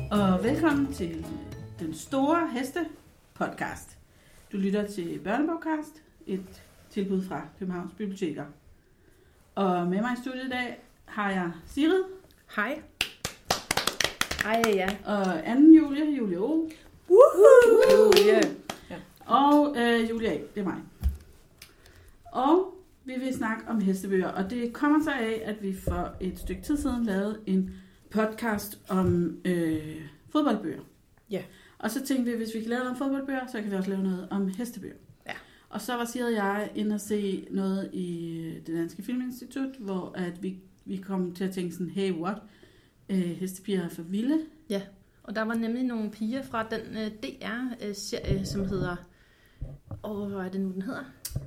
Og velkommen til den store heste podcast. Du lytter til Børnebogcast, et tilbud fra Københavns Biblioteker. Og med mig i studiet i dag har jeg Sigrid. Hej. Hej, ja. Og anden Julie O. Yeah. Og Julia A, det er mig. Og vi vil snakke om hestebøger, og det kommer så af, at vi for et stykke tid siden lavede en podcast om fodboldbøger. Ja. Og så tænkte vi, at hvis vi kan lave noget om fodboldbøger, så kan vi også lave noget om hestebøger. Ja. Og så var Sigrid og jeg inde og se noget i det Danske Filminstitut, hvor at vi kom til at tænke sådan, hey, what? Hestepiger er for vilde. Ja, og der var nemlig nogle piger fra den DR-serie, som hedder... hvad er det nu, den hedder?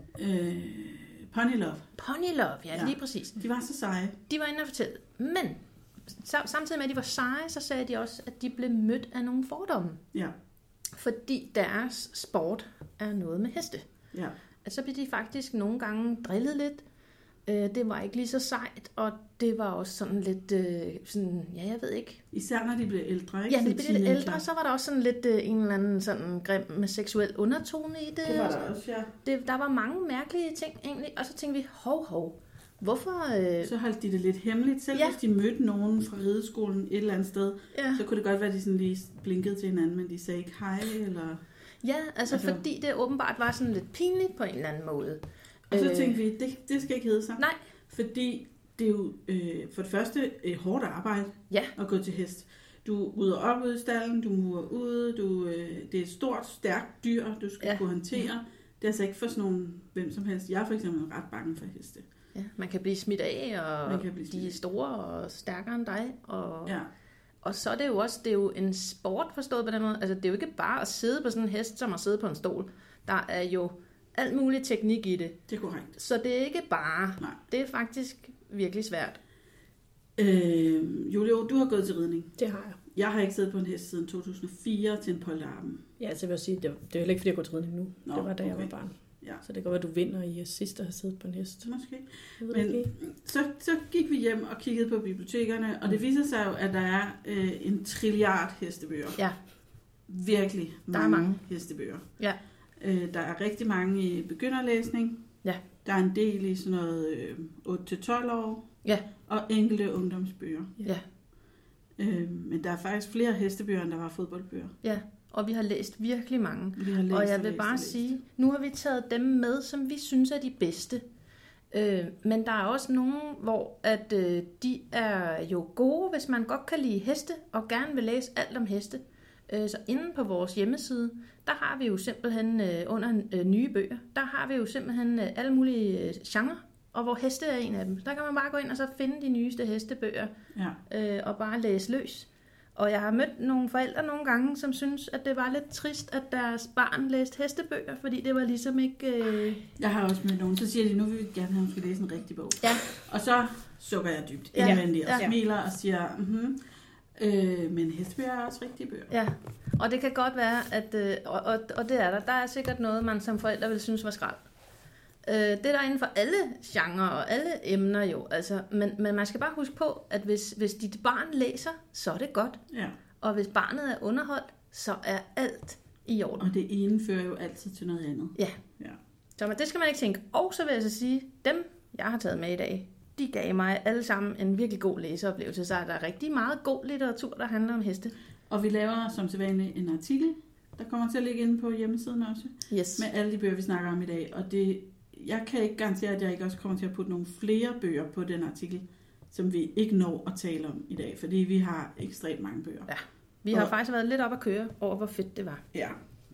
Pony Love. Pony Love, ja, lige præcis. De var så seje. De var inde og fortælle, men samtidig med, at de var seje, så sagde de også, at de blev mødt af nogle fordomme. Ja. Fordi deres sport er noget med heste. Ja. Så blev de faktisk nogle gange drillet lidt. Det var ikke lige så sejt, og det var også sådan lidt, jeg ved ikke. Især når de blev ældre, ikke? Ja, når de blev lidt ældre, så var der også sådan lidt en eller anden sådan grim med seksuel undertone i det. Det var der også, ja. Der var mange mærkelige ting egentlig, og så tænkte vi, hvorfor... Så holdt de det lidt hemmeligt, selv hvis de mødte nogen fra rideskolen et eller andet sted, så kunne det godt være, at de sådan lige blinkede til hinanden, men de sagde ikke hej, eller... Ja, altså fordi det åbenbart var sådan lidt pinligt på en eller anden måde. Og så tænkte vi, det skal ikke hedde sig. Nej. Fordi det er jo for det første hårdt arbejde at gå til hest. Du rydder op ude i stallen, du murer ud, det er et stort, stærkt dyr, du skal kunne håndtere. Det er altså ikke for sådan nogen, hvem som helst. Jeg er for eksempel ret bange for heste. Ja, man kan blive smidt af, og de er store og stærkere end dig. Og så er det jo også en sport forstået på den måde. Altså det er jo ikke bare at sidde på sådan en hest, som at sidde på en stol. Der er jo alt mulig teknik i det. Det er korrekt. Så det er ikke bare. Nej. Det er faktisk virkelig svært. Julio, du har gået til ridning. Det har jeg. Jeg har ikke siddet på en hest siden 2004 til en polterappen. Ja, så vil jeg sige, det er heller ikke fordi jeg går til ridning nu. Det var da jeg var barn. Ja. Så det kan godt være, at du vinder i sidst at have siddet på en hest. Måske. Men så gik vi hjem og kiggede på bibliotekerne, og det viser sig jo, at der er en trilliard hestebøger. Ja. Virkelig mange hestebøger. Ja. Der er rigtig mange i begynderlæsning. Ja. Der er en del i sådan noget 8-12 år. Ja. Og enkelte ungdomsbøger. Ja. Men der er faktisk flere hestebøger, end der var fodboldbøger. Ja, og vi har læst virkelig mange. Og jeg vil bare sige, nu har vi taget dem med, som vi synes er de bedste. Men der er også nogle, hvor at de er jo gode, hvis man godt kan lide heste, og gerne vil læse alt om heste. Så inde på vores hjemmeside, der har vi jo simpelthen under nye bøger, der har vi jo simpelthen alle mulige genrer, og hvor heste er en af dem. Der kan man bare gå ind og så finde de nyeste hestebøger, og bare læse løs. Og jeg har mødt nogle forældre nogle gange, som synes, at det var lidt trist, at deres barn læste hestebøger, fordi det var ligesom ikke... Jeg har også mødt nogen, så siger de, nu vil vi gerne have, at hun skal læse en rigtig bog. Ja. Og så sukker jeg dybt indvendigt og smiler og siger, men hestebøger er også rigtige bøger. Ja, og det kan godt være, at og det er der. Der er sikkert noget, man som forældre vil synes var skrald. Det er der inden for alle genrer og alle emner jo. Altså, men man skal bare huske på, at hvis dit barn læser, så er det godt. Ja. Og hvis barnet er underholdt, så er alt i orden. Og det ene fører jo altid til noget andet. Ja. Så det skal man ikke tænke. Og så vil jeg så sige, dem jeg har taget med i dag, de gav mig alle sammen en virkelig god læseoplevelse. Så er der rigtig meget god litteratur, der handler om heste. Og vi laver som sædvanligt en artikel, der kommer til at ligge inde på hjemmesiden også. Yes. Med alle de bøger, vi snakker om i dag. Og jeg kan ikke garantere, at jeg ikke også kommer til at putte nogle flere bøger på den artikel, som vi ikke når at tale om i dag. Fordi vi har ekstremt mange bøger. Ja, vi har faktisk været lidt op at køre over, hvor fedt det var. Ja.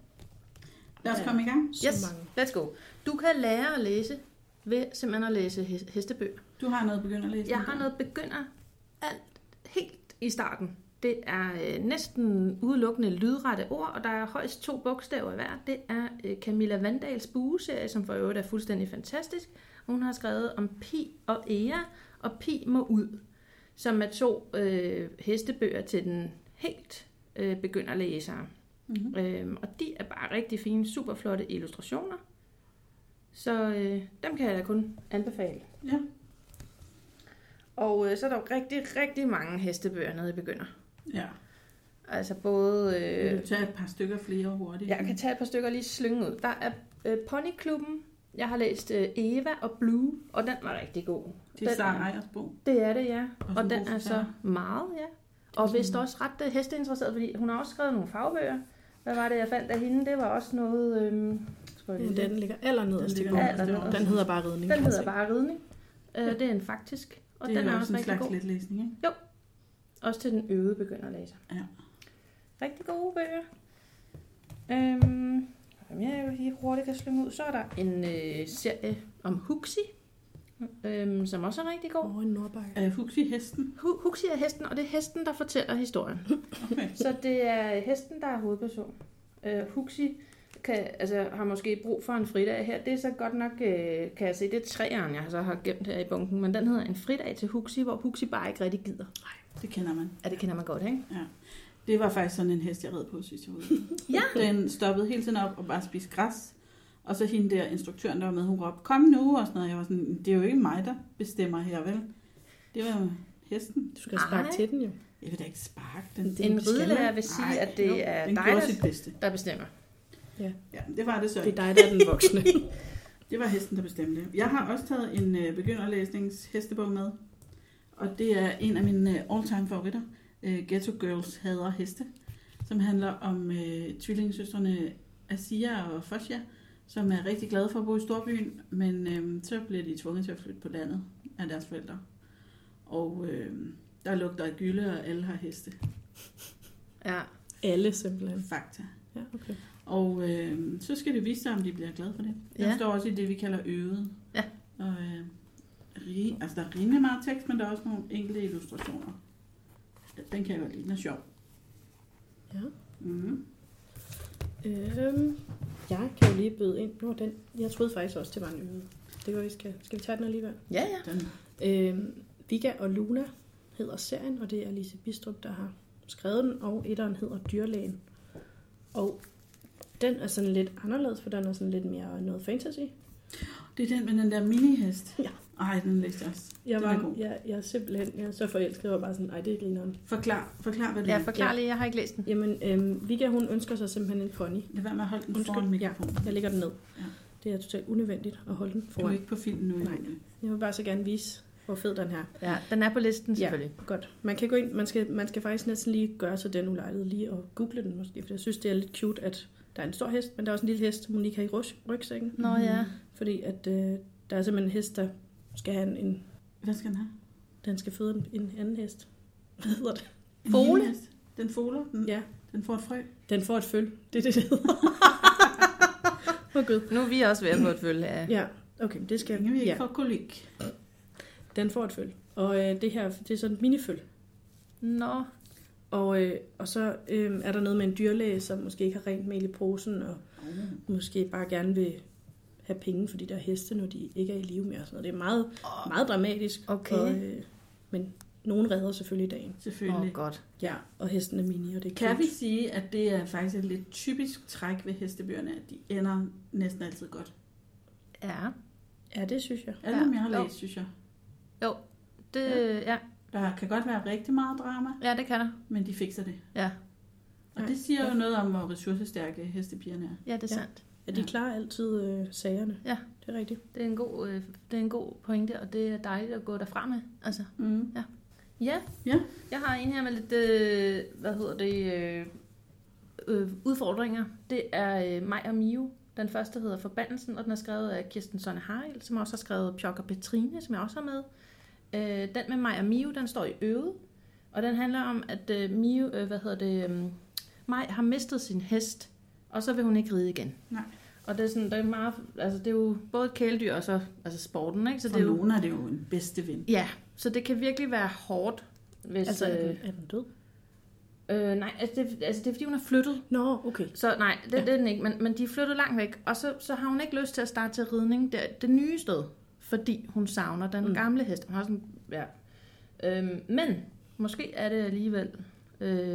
Lad os komme i gang. Yes, let's go. Du kan lære at læse ved simpelthen at læse hestebøger. Du har noget begynderlæsning? Jeg har noget begynder alt helt i starten. Det er næsten udelukkende lydrette ord, og der er højst 2 bogstaver hver. Det er Camilla Wandals bueserie, som for øvrigt er fuldstændig fantastisk. Hun har skrevet om Pi og Ea, og Pi må ud, som er 2 hestebøger til den helt begynderlæsere. Mm-hmm. Og de er bare rigtig fine, super flotte illustrationer. Så dem kan jeg da kun anbefale. Ja. Og så er der jo rigtig, rigtig mange hestebøger nede i begynder. Ja. Altså både... Vil du tage et par stykker flere hurtigt? Jeg kan tage et par stykker lige slynge ud. Der er Ponyklubben. Jeg har læst Eva og Blue, og den var rigtig god. Det er Sara Ejers bog. Det er det, ja. Og den er så meget, ja. Og vist også ret hesteinteresseret, fordi hun har også skrevet nogle fagbøger. Hvad var det, jeg fandt af hende? Det var også noget... Den ligger allernederst. Den hedder bare Ridning. Den hedder bare Ridning. Det er en faktisk. Og det den er også en slags god. letlæsning, ikke? Jo. Også til den øvede begynderlæser. Ja. Rigtig gode bøger. Som jeg jo lige hurtigt kan slynge ud, så er der en serie om Huxi, som også er rigtig god. En Nordbakke. Er Huxi hesten? Huxi er hesten, og det er hesten, der fortæller historien. Okay. Så det er hesten, der er hovedperson. Huxi har måske brug for en fridag her. Det er så godt nok, kan jeg se, det er træeren, jeg så har gemt her i bunken, men den hedder en fridag til Huxi, hvor Huxi bare ikke rigtig gider. Nej, det kender man. Ja, det kender man godt, ikke? Ja. Det var faktisk sådan en hest, jeg red på, synes jeg. Ja. Den stoppede hele tiden op og bare spiste græs. Og så hende der instruktøren, der var med, hun råbte, kom nu, og sådan noget. Jeg var sådan, det er jo ikke mig, der bestemmer her, vel? Det var jo hesten. Du skal sparke til den jo. Jeg vil da ikke sparke den. En ridelærer vil sige, at det er dig, der bestemmer. Ja, det var det så. Det er dig, der er den voksne. Det var hesten, der bestemte. Jeg har også taget en begynderlæsningshestebog med. Og det er en af mine all-time favoritter. Ghetto Girls hader heste. Som handler om tvillingesøstrene Asia og Fosja, som er rigtig glade for at bo i storbyen, men så bliver de tvunget til at flytte på landet af deres forældre. Og der lugter af gylde, og alle har heste. Ja, alle simpelthen. Fakta. Ja, okay. Og så skal det vise sig, om de bliver glade for det. Der står også i det, vi kalder øvet. Ja. Og, der er rimelig meget tekst, men der er også nogle enkelte illustrationer. Den kan jeg godt lide. Den er sjov. Ja. Mm-hmm. Jeg kan jo lige byde ind. Jeg troede faktisk også, det var en øve. Det går, skal vi tage den alligevel? Ja, ja. Vigga og Luna hedder serien, og det er Lise Bistrup, der har skrevet den, og etteren hedder Dyrlægen. Og den er sådan lidt anderledes, for den er sådan lidt mere noget fantasy. Det er den med den der minihest? Ja. Ej, den læste jeg også. Jeg er simpelthen så forelsket, jeg var bare sådan, ej, det er grineren. Forklar, hvad det er. Ja, forklar lige, jeg har ikke læst den. Jamen, Vigga, hun ønsker sig simpelthen en pony. Lad være med at holde den foran mikrofonen. Ja, jeg lægger den ned. Ja. Det er totalt unødvendigt at holde den foran. Du er ikke på filmen nu. Nej, jeg vil bare så gerne vise, hvor fed den her. Ja, den er på listen selvfølgelig. Ja, godt. Man kan gå ind, man skal faktisk næsten lige gøre sig den ulejlighed lige og google den måske, for jeg synes, det er lidt cute, at der er en stor hest, men der er også en lille hest, Monika har i rygsækken. Nå ja. Fordi at der er simpelthen en hest, der skal have en... Hvad skal den have? Den skal føde en anden hest. Hvad hedder det? Fole? Den foler? Ja. Den får et frø? Den får et føl. Det er det hedder. Gud. Nu er vi også ved at få et føl af. Ja, okay. Det skal vi ikke få kolik. Den får et føl. Og det her, det er sådan et miniføl. Nå. Og så er der noget med en dyrlæge, som måske ikke har rent mel i posen, og måske bare gerne vil have penge for de der heste, når de ikke er i live mere. Det er meget, meget dramatisk. Okay. Men nogen redder selvfølgelig dagen. Selvfølgelig. Godt. Ja, og hesten er mini, og det er kan vi sige, at det er faktisk et lidt typisk træk ved hestebøgerne, at de ender næsten altid godt? Ja, det synes jeg. Alle dem, jeg har læst, synes jeg. Jo, ja. Der kan godt være rigtig meget drama. Ja, det kan der. Men de fikser det. Ja. Og det siger jo noget om, hvor ressourcestærke hestepigerne er. Ja, det er sandt. Ja, de klarer altid sagerne. Ja. Det er rigtigt. Det er en god pointe, og det er dejligt at gå derfra med. Altså, ja. Ja. Jeg har en her med lidt, udfordringer. Det er Maj og Mio. Den første hedder Forbandelsen, og den er skrevet af Kirsten Sonne Harild, som også har skrevet Pjok og Petrine, som jeg også har med. Den med Maj og Mio, den står i øvet, og den handler om, at Maj har mistet sin hest, og så vil hun ikke ride igen. Nej. Og det er sådan, det er meget, altså det er jo både et kæledyr og så altså sporten, ikke? Så for det er nogen er det jo en bedste ven. Ja, så det kan virkelig være hårdt, hvis... Altså, er den død? Nej, det er fordi, hun er flyttet. Nå, okay. Så nej, det er den ikke, men de er flyttet langt væk, og så har hun ikke lyst til at starte til ridning det nye sted, fordi hun savner den gamle hest. Hun har sådan, men måske er det alligevel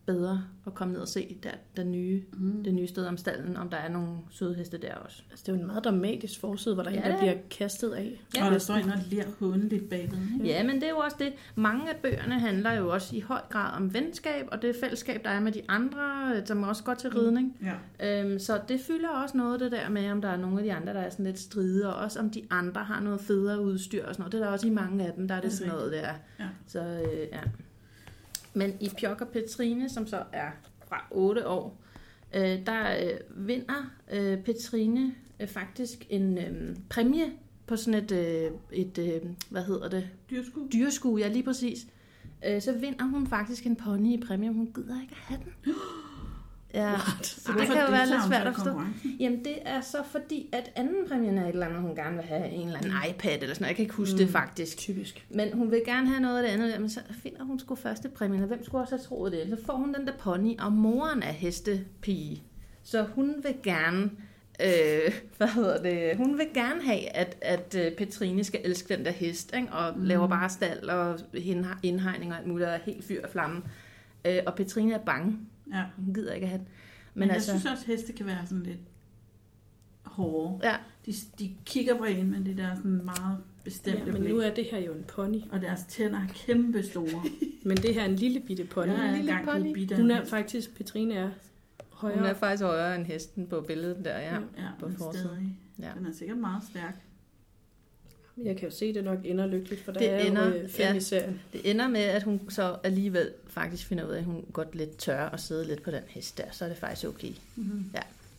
bedre at komme ned og se det nye sted om stallen, om der er nogle søde heste der også. Altså, det er jo en meget dramatisk forside, hvor der er en, der bliver kastet af. Ja. Og der står en og ler hunden lidt bagved. Ja, men det er jo også det. Mange af bøgerne handler jo også i høj grad om venskab, og det fællesskab, der er med de andre, som også går til ridning. Ja. Så det fylder også noget det der med, om der er nogle af de andre, der er sådan lidt stride, og også om de andre har noget federe udstyr og sådan noget. Det er der også i mange af dem, der er det sådan noget der. Ja. Så ja. Men i Pjok og Petrine, som så er fra 8 år, der vinder Petrine faktisk en præmie på sådan et hvad hedder det? Dyrskue, ja lige præcis. Så vinder hun faktisk en pony i præmie, hun gider ikke at have den. Ja, så det kan jo være lidt svært at forstå. Jamen det er så fordi, at anden præmien er et eller andet, hun gerne vil have en eller anden iPad eller sådan noget. Jeg kan ikke huske det faktisk. Typisk. Men hun vil gerne have noget af det andet, men så finder hun sgu første præmien, og hvem skulle også have troet det? Så får hun den der pony, og moren er hestepige. Så hun vil gerne, hun vil gerne have, at Petrine skal elske den der hest, ikke? Og laver bare stald og indhegning og alt muligt, og helt fyr og flamme. Og Petrine er bange. Ja. Hun gider ikke at have den. Men jeg synes også, at heste kan være sådan lidt hårde. Ja. De kigger på en, men det er sådan meget bestemte men blik. Nu er det her jo en pony. Og deres tænder er kæmpe store. Men det her er en lille bitte pony. Ja, en lille pony. Hun er faktisk, Petrine er højere. Hun er faktisk højere end hesten på billedet der, ja. På forsiden. Ja. Den er sikkert meget stærk. Jeg kan jo se, det nok ender lykkeligt, for der er jo 5 i serien. Det ender med, at hun så alligevel faktisk finder ud af, at hun godt lidt tør og sidde lidt på den hest der, så er det faktisk okay. Mm-hmm.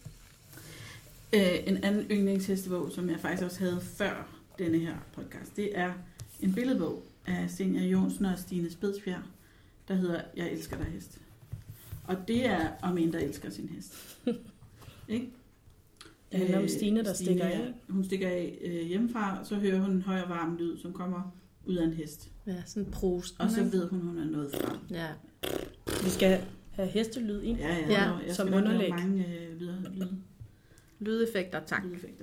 Ja. En anden yndlingshestebog, som jeg faktisk også havde før denne her podcast, det er en billedbog af Senja Jonsen og Stine Spedsbjerg, der hedder Jeg elsker dig hest. Og det er om en, der elsker sin hest. Ikke? Det handler om Stine, der stikker af. Hun stikker af hjemmefra, og så hører hun en høj og varm lyd, som kommer ud af en hest. Ja, sådan en prost. Og så ved hun er nået frem. Ja. Vi skal have hestelyd ind. Ja. Jeg som underlæg. Mange lydeffekter, tak. Lydeffekter,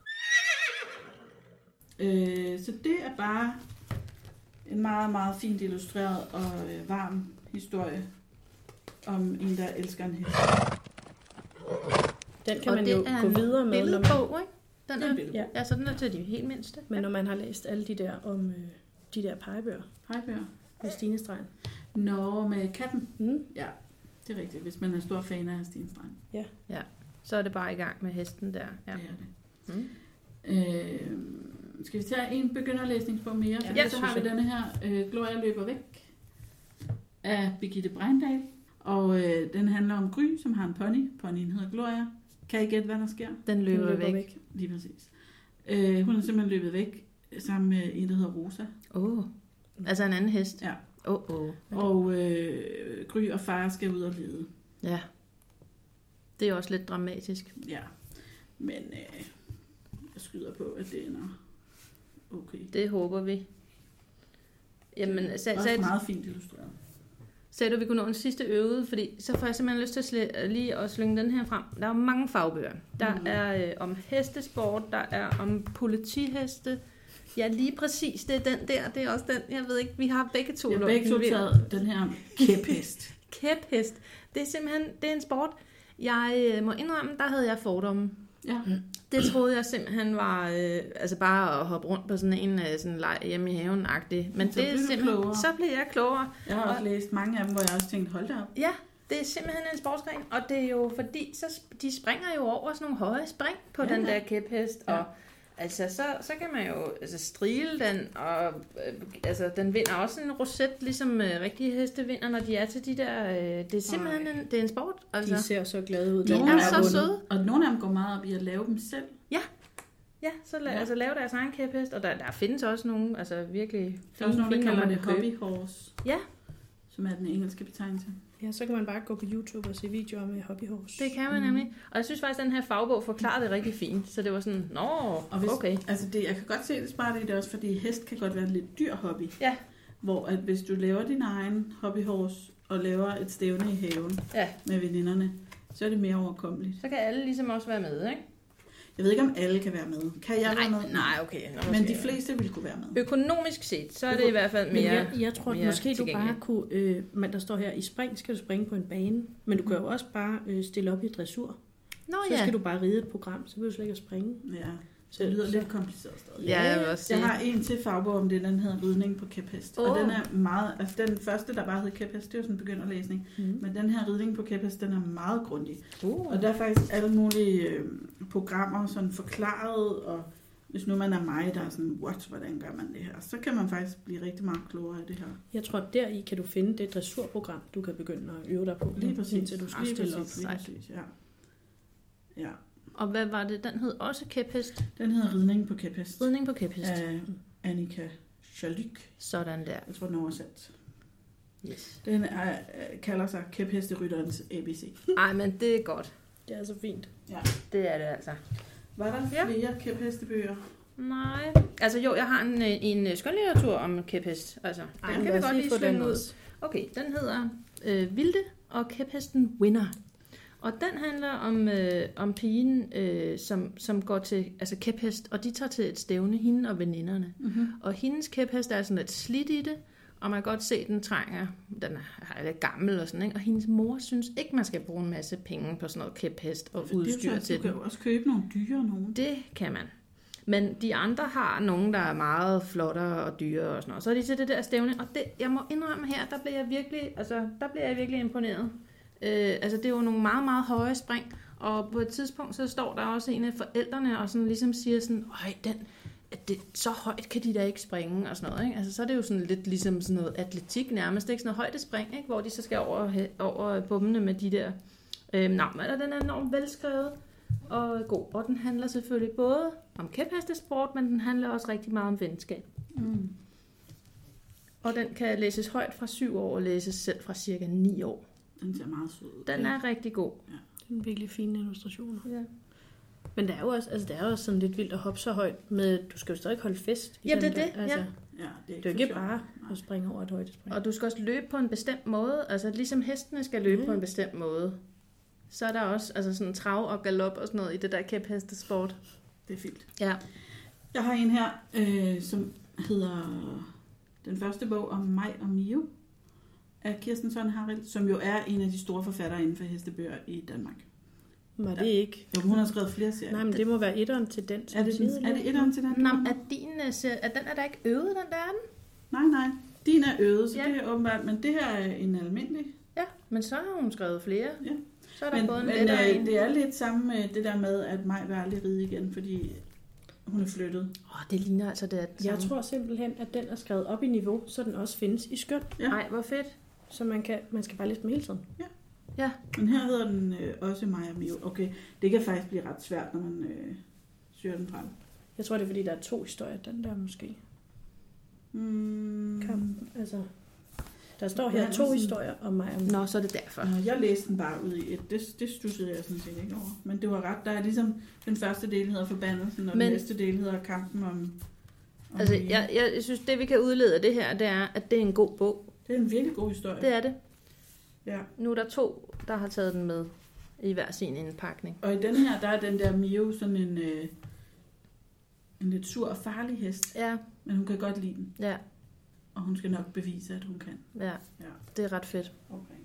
ja. Så det er bare en meget, meget fint illustreret og varm historie om en, der elsker en hest. Den kan man jo gå videre med. Billedbog, ikke? Den er, ja, så den er til de helt mindste. Men når man har læst alle de der om de der pegebøger. Med Stine Stregen. Med katten. Ja, det er rigtigt. Hvis man er stor fan af Stine Stregen. Ja. Så er det bare i gang med hesten der. Ja. Det er det. Skal vi tage en begynderlæsningsbog mere? Så har vi denne her, Gloria løber væk, af Birgitte Breindal. Og den handler om Gry, som har en pony. Ponyen hedder Gloria. Kan I gætte, hvad der sker? Den løber væk. Lige præcis. Hun er simpelthen løbet væk sammen med en, der hedder Rosa. Altså en anden hest? Ja. Og Gry og far skal ud og lede. Ja. Det er også lidt dramatisk. Ja. Men jeg skyder på, at det ender okay. Det håber vi. Jamen, også meget fint illustreret. Sagde du, at vi kunne nå en sidste øvede, fordi så får jeg simpelthen lyst til lige at slynge den her frem. Der er jo mange fagbøger. Der er om hestesport, der er om politiheste. Ja, lige præcis, det er den der, det er også den, jeg ved ikke, vi har begge to. Jeg har begge to taget den her kæphest. Kæphest. Det er simpelthen, det er en sport. Jeg må indrømme, der havde jeg fordomme. Ja. Det troede jeg simpelthen var altså bare at hoppe rundt på sådan en sådan leg hjemme i haven-agtig. Men så det er simpelthen, så blev jeg klogere. Jeg har også læst mange af dem, hvor jeg også tænkte, hold da op. Ja, det er simpelthen en sportsgren, og det er jo fordi, de springer jo over sådan nogle høje spring på den der kæphest, og altså så kan man jo strile den, og altså den vinder også en roset, ligesom rigtige heste vinder, når de er til de der, det er simpelthen det er en sport. Altså. De ser så glade ud. De er så søde. Og nogle af dem går meget op i at lave dem selv. Ja, så lave deres egen kæphest, og der findes også nogle, altså virkelig der er også nogle, der kalder det hobbyhorse. Ja. Som er den engelske betegnelse. Ja, så kan man bare gå på YouTube og se videoer med hobbyhorse. Det kan man nemlig. Og jeg synes faktisk, at den her fagbog forklarer det rigtig fint. Så det var sådan, okay. Altså jeg kan godt se det smarte i det også, fordi hest kan godt være en lidt dyr hobby. Ja. Hvor at hvis du laver din egen hobbyhorse og laver et stævne i haven med veninderne, så er det mere overkommeligt. Så kan alle ligesom også være med, ikke? Jeg ved ikke, om alle kan være med. Kan jeg være med? Nej, okay. Men de fleste ville kunne være med. Økonomisk set, så er det i hvert fald mere. Jeg tror, at måske du bare kunne... men der står her, i spring skal du springe på en bane, men du kan jo også bare stille op i dressur. Så skal du bare ride et program, så vil du slet ikke at springe. Ja. Så det lyder lidt kompliceret stadig. Ja, jeg vil også sige. Jeg har en til fagbog om det, den hedder Ridning på kæphest. Og den er meget, altså den første, der bare hed kæphest, det er jo sådan en begynderlæsning. Men den her Ridning på kæphest, den er meget grundig. Og der er faktisk alle mulige programmer sådan forklaret, og hvis nu man er mig, der er sådan, hvordan gør man det her? Så kan man faktisk blive rigtig meget klogere af det her. Jeg tror, deri kan du finde det dressurprogram, du kan begynde at øve dig på. Lige præcis. Indtil du skal stille op. Lige præcis, ja. Og hvad var det? Den hed også kæphest? Den hedder Ridning på kæphest. Ridning på kæphest. Af Annika Chalyk. Sådan der. Jeg tror, den er oversat. Yes. Den kalder sig Kæphesterytterens ABC. Ej, men det er godt. Det er så fint. Ja. Det er det altså. Var der flere kæphestebøger? Nej. Altså jo, jeg har en skønlitteratur om kæphest. Altså, den kan vi godt lige slynge ud. Okay, den hedder Vilde og kæphesten Winner. Og den handler om pigen, som går til kæphest, og de tager til et stævne, hende og veninderne. Mm-hmm. Og hendes kæphest er sådan lidt slidt i det, og man kan godt se, at den er lidt gammel og sådan, ikke? Og hendes mor synes ikke, man skal bruge en masse penge på sådan noget kæphest og udstyr til den. Du kan jo også købe nogle dyre nogen. Det kan man. Men de andre har nogen, der er meget flottere og dyre og sådan noget. Så er de til det der stævne, og det, jeg må indrømme her, der bliver jeg virkelig imponeret. Det er jo nogle meget, meget høje spring, og på et tidspunkt, så står der også en af forældrene, og sådan ligesom siger sådan, så højt kan de da ikke springe, og sådan noget, ikke? Altså, så er det jo sådan lidt ligesom sådan noget atletik nærmest, ikke? Sådan noget højdespring, ikke? Hvor de så skal over bommene med de der den er enormt velskrevet og god, og den handler selvfølgelig både om kæphestesport, men den handler også rigtig meget om venskab. Mm. Og den kan læses højt fra 7 år, og læses selv fra cirka 9 år. Den ser meget sød ud. Den er rigtig god. Ja. Det er virkelig fine illustrationer. Ja. Men det er jo også sådan lidt vildt at hoppe så højt med, du skal jo stadig holde fest. Ja, det er det. Altså, ja, det er ikke bare at springe over et højdespring. Og du skal også løbe på en bestemt måde. Altså ligesom hestene skal løbe på en bestemt måde. Så er der også sådan trav og galop og sådan noget i det der kæphestesport. Det er fint. Ja. Jeg har en her, som hedder den første bog om mig og Mio af Kirsten Sonne-Harild, som jo er en af de store forfattere inden for hestebøger i Danmark. Var det ikke? Jo, hun har skrevet flere serier. Nej, men det må være etteren til den. Er det etteren til den? Nå, er din serie, den er da ikke øvet, den der er den? Nej. Din er øvet, så det er åbenbart, men det her er en almindelig. Ja, men så har hun skrevet flere. Ja. Så er der både en lettere en. Det er lidt samme med det der med, at Maj vil aldrig ride igen, fordi hun er flyttet. Det ligner altså det. Jeg tror simpelthen, at den er skrevet op i niveau, så den også findes i skøn. Nej, hvor fedt. Så man skal bare læse dem hele tiden. Ja. Men her hedder den også Mig og Mio. Okay, det kan faktisk blive ret svært, når man søger den frem. Jeg tror, det er fordi, der er 2 historier, den der måske. Der står her 2 historier om Mig og Mio. Nå, så er det derfor. Jeg læste den bare ud i et. Det stussede jeg sådan set ikke over. Men det var ret. Der er ligesom, den første del hedder Forbandelsen, og den næste del hedder Kampen om jeg synes, det vi kan udlede af det her, det er, at det er en god bog. Det er en virkelig god historie. Det er det. Ja. Nu er der 2, der har taget den med i hver sin indpakning. Og i den her, der er den der Mio sådan en lidt sur og farlig hest. Ja. Men hun kan godt lide den. Ja. Og hun skal nok bevise, at hun kan. Ja. Det er ret fedt. Okay.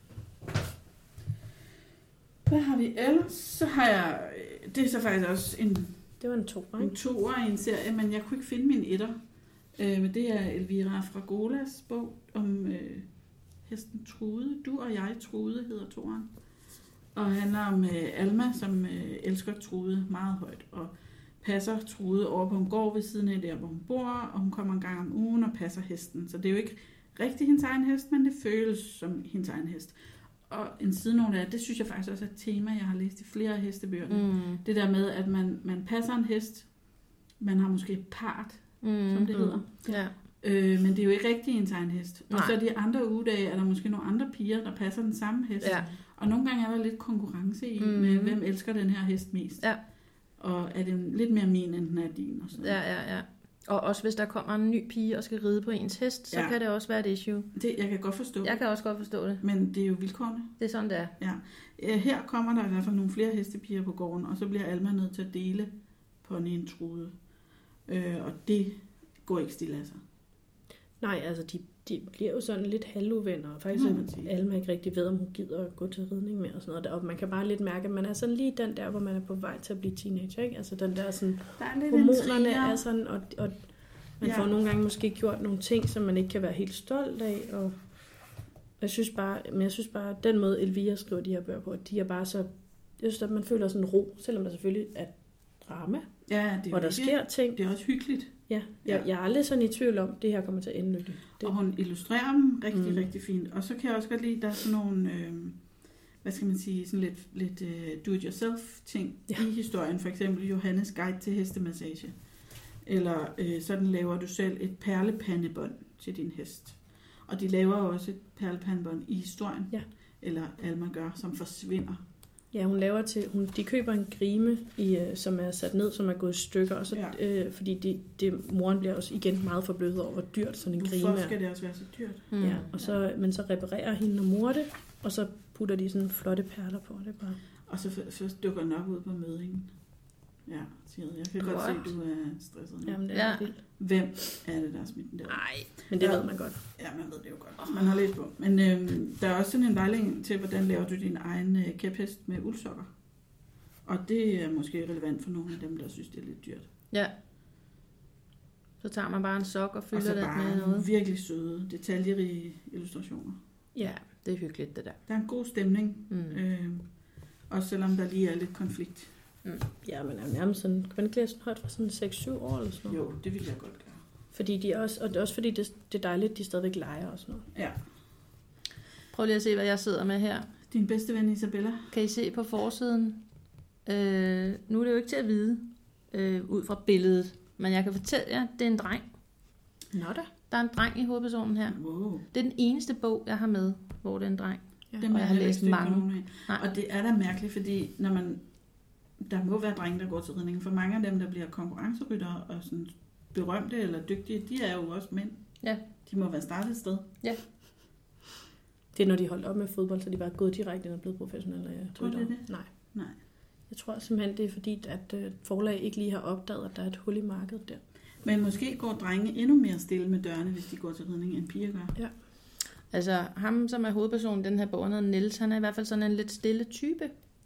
Hvad har vi ellers? Så har jeg... Det er så faktisk også en... Det var en 2, ikke? En 2'er i en serie, men jeg kunne ikke finde min 1'er. Men det er Elvira Fragolas bog om hesten Trude. Du og jeg, Trude, hedder 2'eren. Og handler om Alma, som elsker Trude meget højt. Og passer Trude over på en gård ved siden af der, hvor hun bor. Og hun kommer en gang om ugen og passer hesten. Så det er jo ikke rigtig hendes egen hest, men det føles som hendes egen hest. Og en sidenote af det synes jeg faktisk også er et tema, jeg har læst i flere af hestebøgerne. Mm. Det der med, at man passer en hest. Man har måske et part, som det hedder. Ja. Men det er jo ikke rigtig ens egen hest. Og så de andre ugedage er der måske nogle andre piger, der passer den samme hest. Ja. Og nogle gange er der lidt konkurrence i, med hvem elsker den her hest mest. Ja. Og er det lidt mere min, end den er din. Og sådan. Ja. Og også hvis der kommer en ny pige og skal ride på ens hest, så kan det også være et issue. Jeg kan godt forstå det. Jeg kan også godt forstå det. Men det er jo vilkårene. Det er sådan, det er. Ja. Her kommer der i hvert fald nogle flere hestepiger på gården, og så bliver Alma nødt til at dele ponyen Trude. Og det går ikke stille af sig. Nej, altså de bliver jo sådan lidt halvuvenner, og faktisk Alma ikke rigtig ved, om hun gider at gå til ridning med og sådan noget der. Og man kan bare lidt mærke, at man er sådan lige den der, hvor man er på vej til at blive teenager, ikke? Altså den der sådan, hormonerne er sådan, og man får nogle gange måske gjort nogle ting, som man ikke kan være helt stolt af, og jeg synes bare, den måde Elvira skriver de her bøger på, at de er bare så, jeg synes, at man føler sådan ro, selvom der selvfølgelig er drama, og der sker ting. Det er også hyggeligt. Ja, jeg er aldrig sådan i tvivl om, det her kommer til at ende lykkelig. Og hun illustrerer dem rigtig, rigtig fint. Og så kan jeg også godt lide, der er sådan nogle, hvad skal man sige, sådan lidt do-it-yourself ting i historien. For eksempel Johannes guide til hestemassage. Eller sådan laver du selv et perlepandebånd til din hest. Og de laver også et perlepandebånd i historien. Ja. Eller Alma gør, som forsvinder. Ja, hun laver de køber en grime, som er sat ned, som er gået i stykker, og så, fordi moren bliver også igen meget forblødet over, hvor dyrt sådan en grime er. Hvorfor skal det også være så dyrt? Ja, og så, men så reparerer hende og mor det, og så putter de sådan flotte perler på det bare. Og så dukker den op ud på mødingen. Ja, Sigrid, jeg kan godt se, at du er stresset nu. Jamen, det er vildt. Hvem er det, der er smitten der? Nej, men det ved man godt. Ja, man ved det jo godt. Man har læst på. Men der er også sådan en vejledning til, hvordan laver du din egen kæphest med uldsokker. Og det er måske relevant for nogle af dem, der synes, det er lidt dyrt. Ja. Så tager man bare en sok og fylder det med noget. Og så virkelig søde, detaljerige illustrationer. Ja, det er hyggeligt, det der. Der er en god stemning. Også selvom der lige er lidt konflikt. Ja, men er nærmest sådan, kan man ikke læse højt fra sådan 6-7 år eller sådan noget? Jo, det vil jeg godt gøre. Fordi de også, og det er også fordi, det er dejligt, de stadigvæk leger og sådan noget. Ja. Prøv lige at se, hvad jeg sidder med her. Din bedste ven Isabella. Kan I se på forsiden? Nu er det jo ikke til at vide, ud fra billedet, men jeg kan fortælle jer, det er en dreng. Nå da. Der er en dreng i hovedpersonen her. Wow. Det er den eneste bog, jeg har med, hvor det er en dreng. Ja. Og jeg har læst mange. Og det er da mærkeligt, fordi når man der må være drenge, der går til ridning. For mange af dem, der bliver konkurrenceryttere og sådan berømte eller dygtige, de er jo også mænd. Ja. De må være startet et sted. Ja. Det er, når de holdt op med fodbold, så de bare gået direkte ind og blevet professionelle ryttere. Nej. Jeg tror simpelthen, det er fordi, at forlag ikke lige har opdaget, at der er et hul i markedet der. Men måske går drenge endnu mere stille med dørene, hvis de går til ridning, end piger gør. Ja. Altså ham, som er hovedpersonen i den her bog, han hedder Niels, han er i hvert fald sådan en lidt stille type.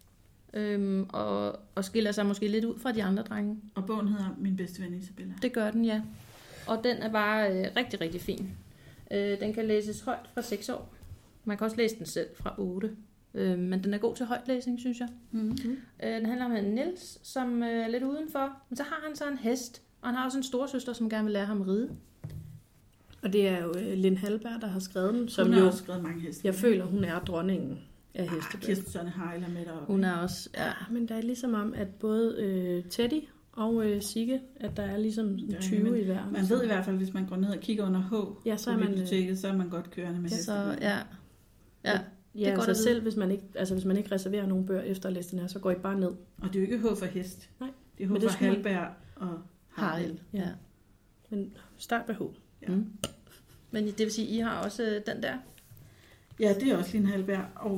Og skiller sig måske lidt ud fra de andre drenge. Og bogen hedder Min bedste ven Isabella. Det gør den, ja. Og den er bare rigtig, rigtig fin. Den kan læses højt fra 6 år. Man kan også læse den selv fra 8. Men den er god til højtlæsning, synes jeg. Mm-hmm. Den handler om Niels, som er lidt udenfor. Men så har han så en hest. Og han har også en storesøster, som gerne vil lære ham at ride. Og det er jo Linn Hallberg, der har skrevet den. Som hun har også skrevet mange heste. Jeg føler, hun er dronningen af hestebøger. Kirsten Sonne Heiler med deroppe. Hun er også, ja. Men der er ligesom om, at både Teddy og Sigge, at der er ligesom 20 i hver. Man ved i hvert fald, hvis man går ned og kigger under H så er biblioteket, så er man godt kørende med hestebøger. Ja. Det er godt at selv, hvis man ikke reserverer nogen bøger efter at læse den her, så går I bare ned. Og det er jo ikke H for hest. Nej. Det er H for Hallberg og Harald. Ja. Men start med H. Ja. Men det vil sige, I har også den der? Ja, det er også Linn Hallberg. Og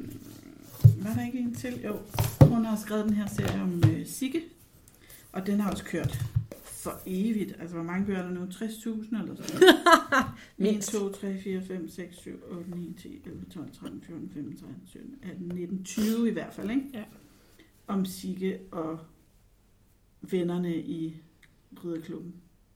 var der ikke en til? Jo, hun har skrevet den her serie om Sigge. Og den har også kørt for evigt. Altså, hvor mange bøger er der nu? 60.000 eller sådan noget? 1, 2, 3, 4, 5, 6, 7, 8, 9, 10, 11, 12, 13, 14, 15, 16, 17, 18, 19, 20 i hvert fald, ikke? Ja. Om Sigge og vennerne i Ridderklubben.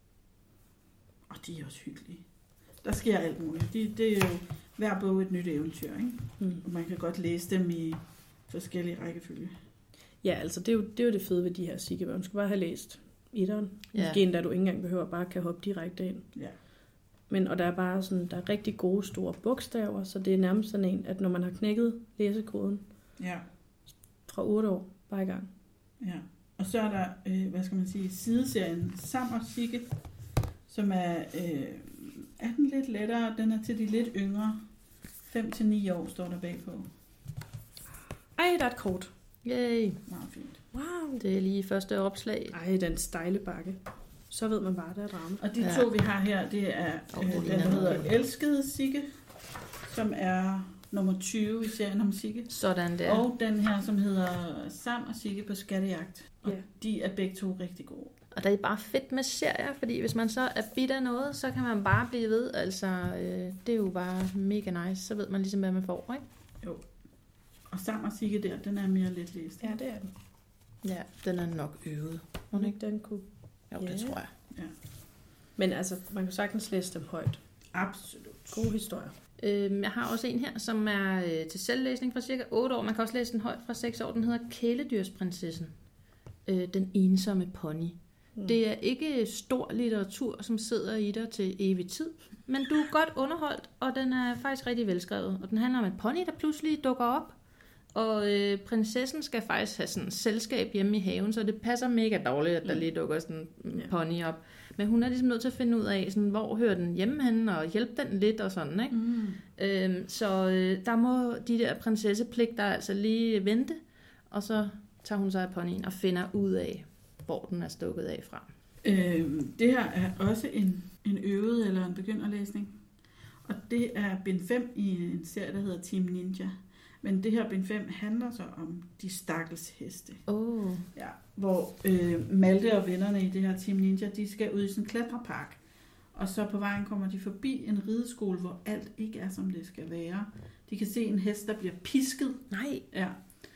Og de er også hyggelige. Der sker alt muligt. Det er jo hver bog et nyt eventyr, ikke? Og man kan godt læse dem i forskellige rækkefølge. Ja, altså det er jo det fede ved de her Sigge-bøger. Du skal bare have læst etteren. Måske endda du ikke engang behøver, bare kan hoppe direkte ind. Ja. Men, og der er bare sådan, der er rigtig gode store bogstaver, så det er nærmest sådan en, at når man har knækket læsekoden fra 8 år, bare i gang. Ja, og så er der, hvad skal man sige, sideserien Sam og Sigge, som er den lidt lettere, den er til de lidt yngre, 5-9 år står der bagpå. Ej, der er et kort. Yay. Meget fint. Wow. Det er lige første opslag. Ej, den stejle bakke. Så ved man bare, der er drama. Og de to, vi har her, det er den hedder Elskede Sigge, som er nummer 20 i serien om Sigge. Sådan der. Og den her, som hedder Sam og Sigge på skattejagt. Og de er begge to rigtig gode. Og det er bare fedt med serier, fordi hvis man så er bidt af noget, så kan man bare blive ved. Altså, det er jo bare mega nice. Så ved man ligesom, hvad man får, ikke? Jo. Og Sam og Sigge der, den er mere let læst. Ja, det er den. Ja, den er nok øvet. Den kunne... Jo, det tror jeg. Ja. Men altså, man kan sagtens læse dem højt. Absolut. Gode historier. Jeg har også en her, som er til selvlæsning fra cirka 8 år. Man kan også læse den højt fra 6 år. Den hedder Kæledyrsprinsessen. Den ensomme pony. Det er ikke stor litteratur, som sidder i dig til evig tid, men du er godt underholdt, og den er faktisk rigtig velskrevet. Og den handler om en pony, der pludselig dukker op, og prinsessen skal faktisk have sådan et selskab hjemme i haven, så det passer mega dårligt, at der lige dukker sådan en pony op. Men hun er ligesom nødt til at finde ud af, sådan, hvor hører den hjemme henne, og hjælpe den lidt og sådan, ikke? Så der må de der prinsessepligter altså lige vente, og så tager hun sig af ponyen og finder ud af, hvor den er stukket af fra. Det her er også en øvet eller en begynderlæsning. Og det er bind 5 i en serie, der hedder Team Ninja. Men det her bind 5 handler så om de stakkels heste. Ja, hvor Malte og vennerne i det her Team Ninja, de skal ud i sådan en klatrepark. Og så på vejen kommer de forbi en rideskole, hvor alt ikke er, som det skal være. De kan se en hest, der bliver pisket. Nej. Ja.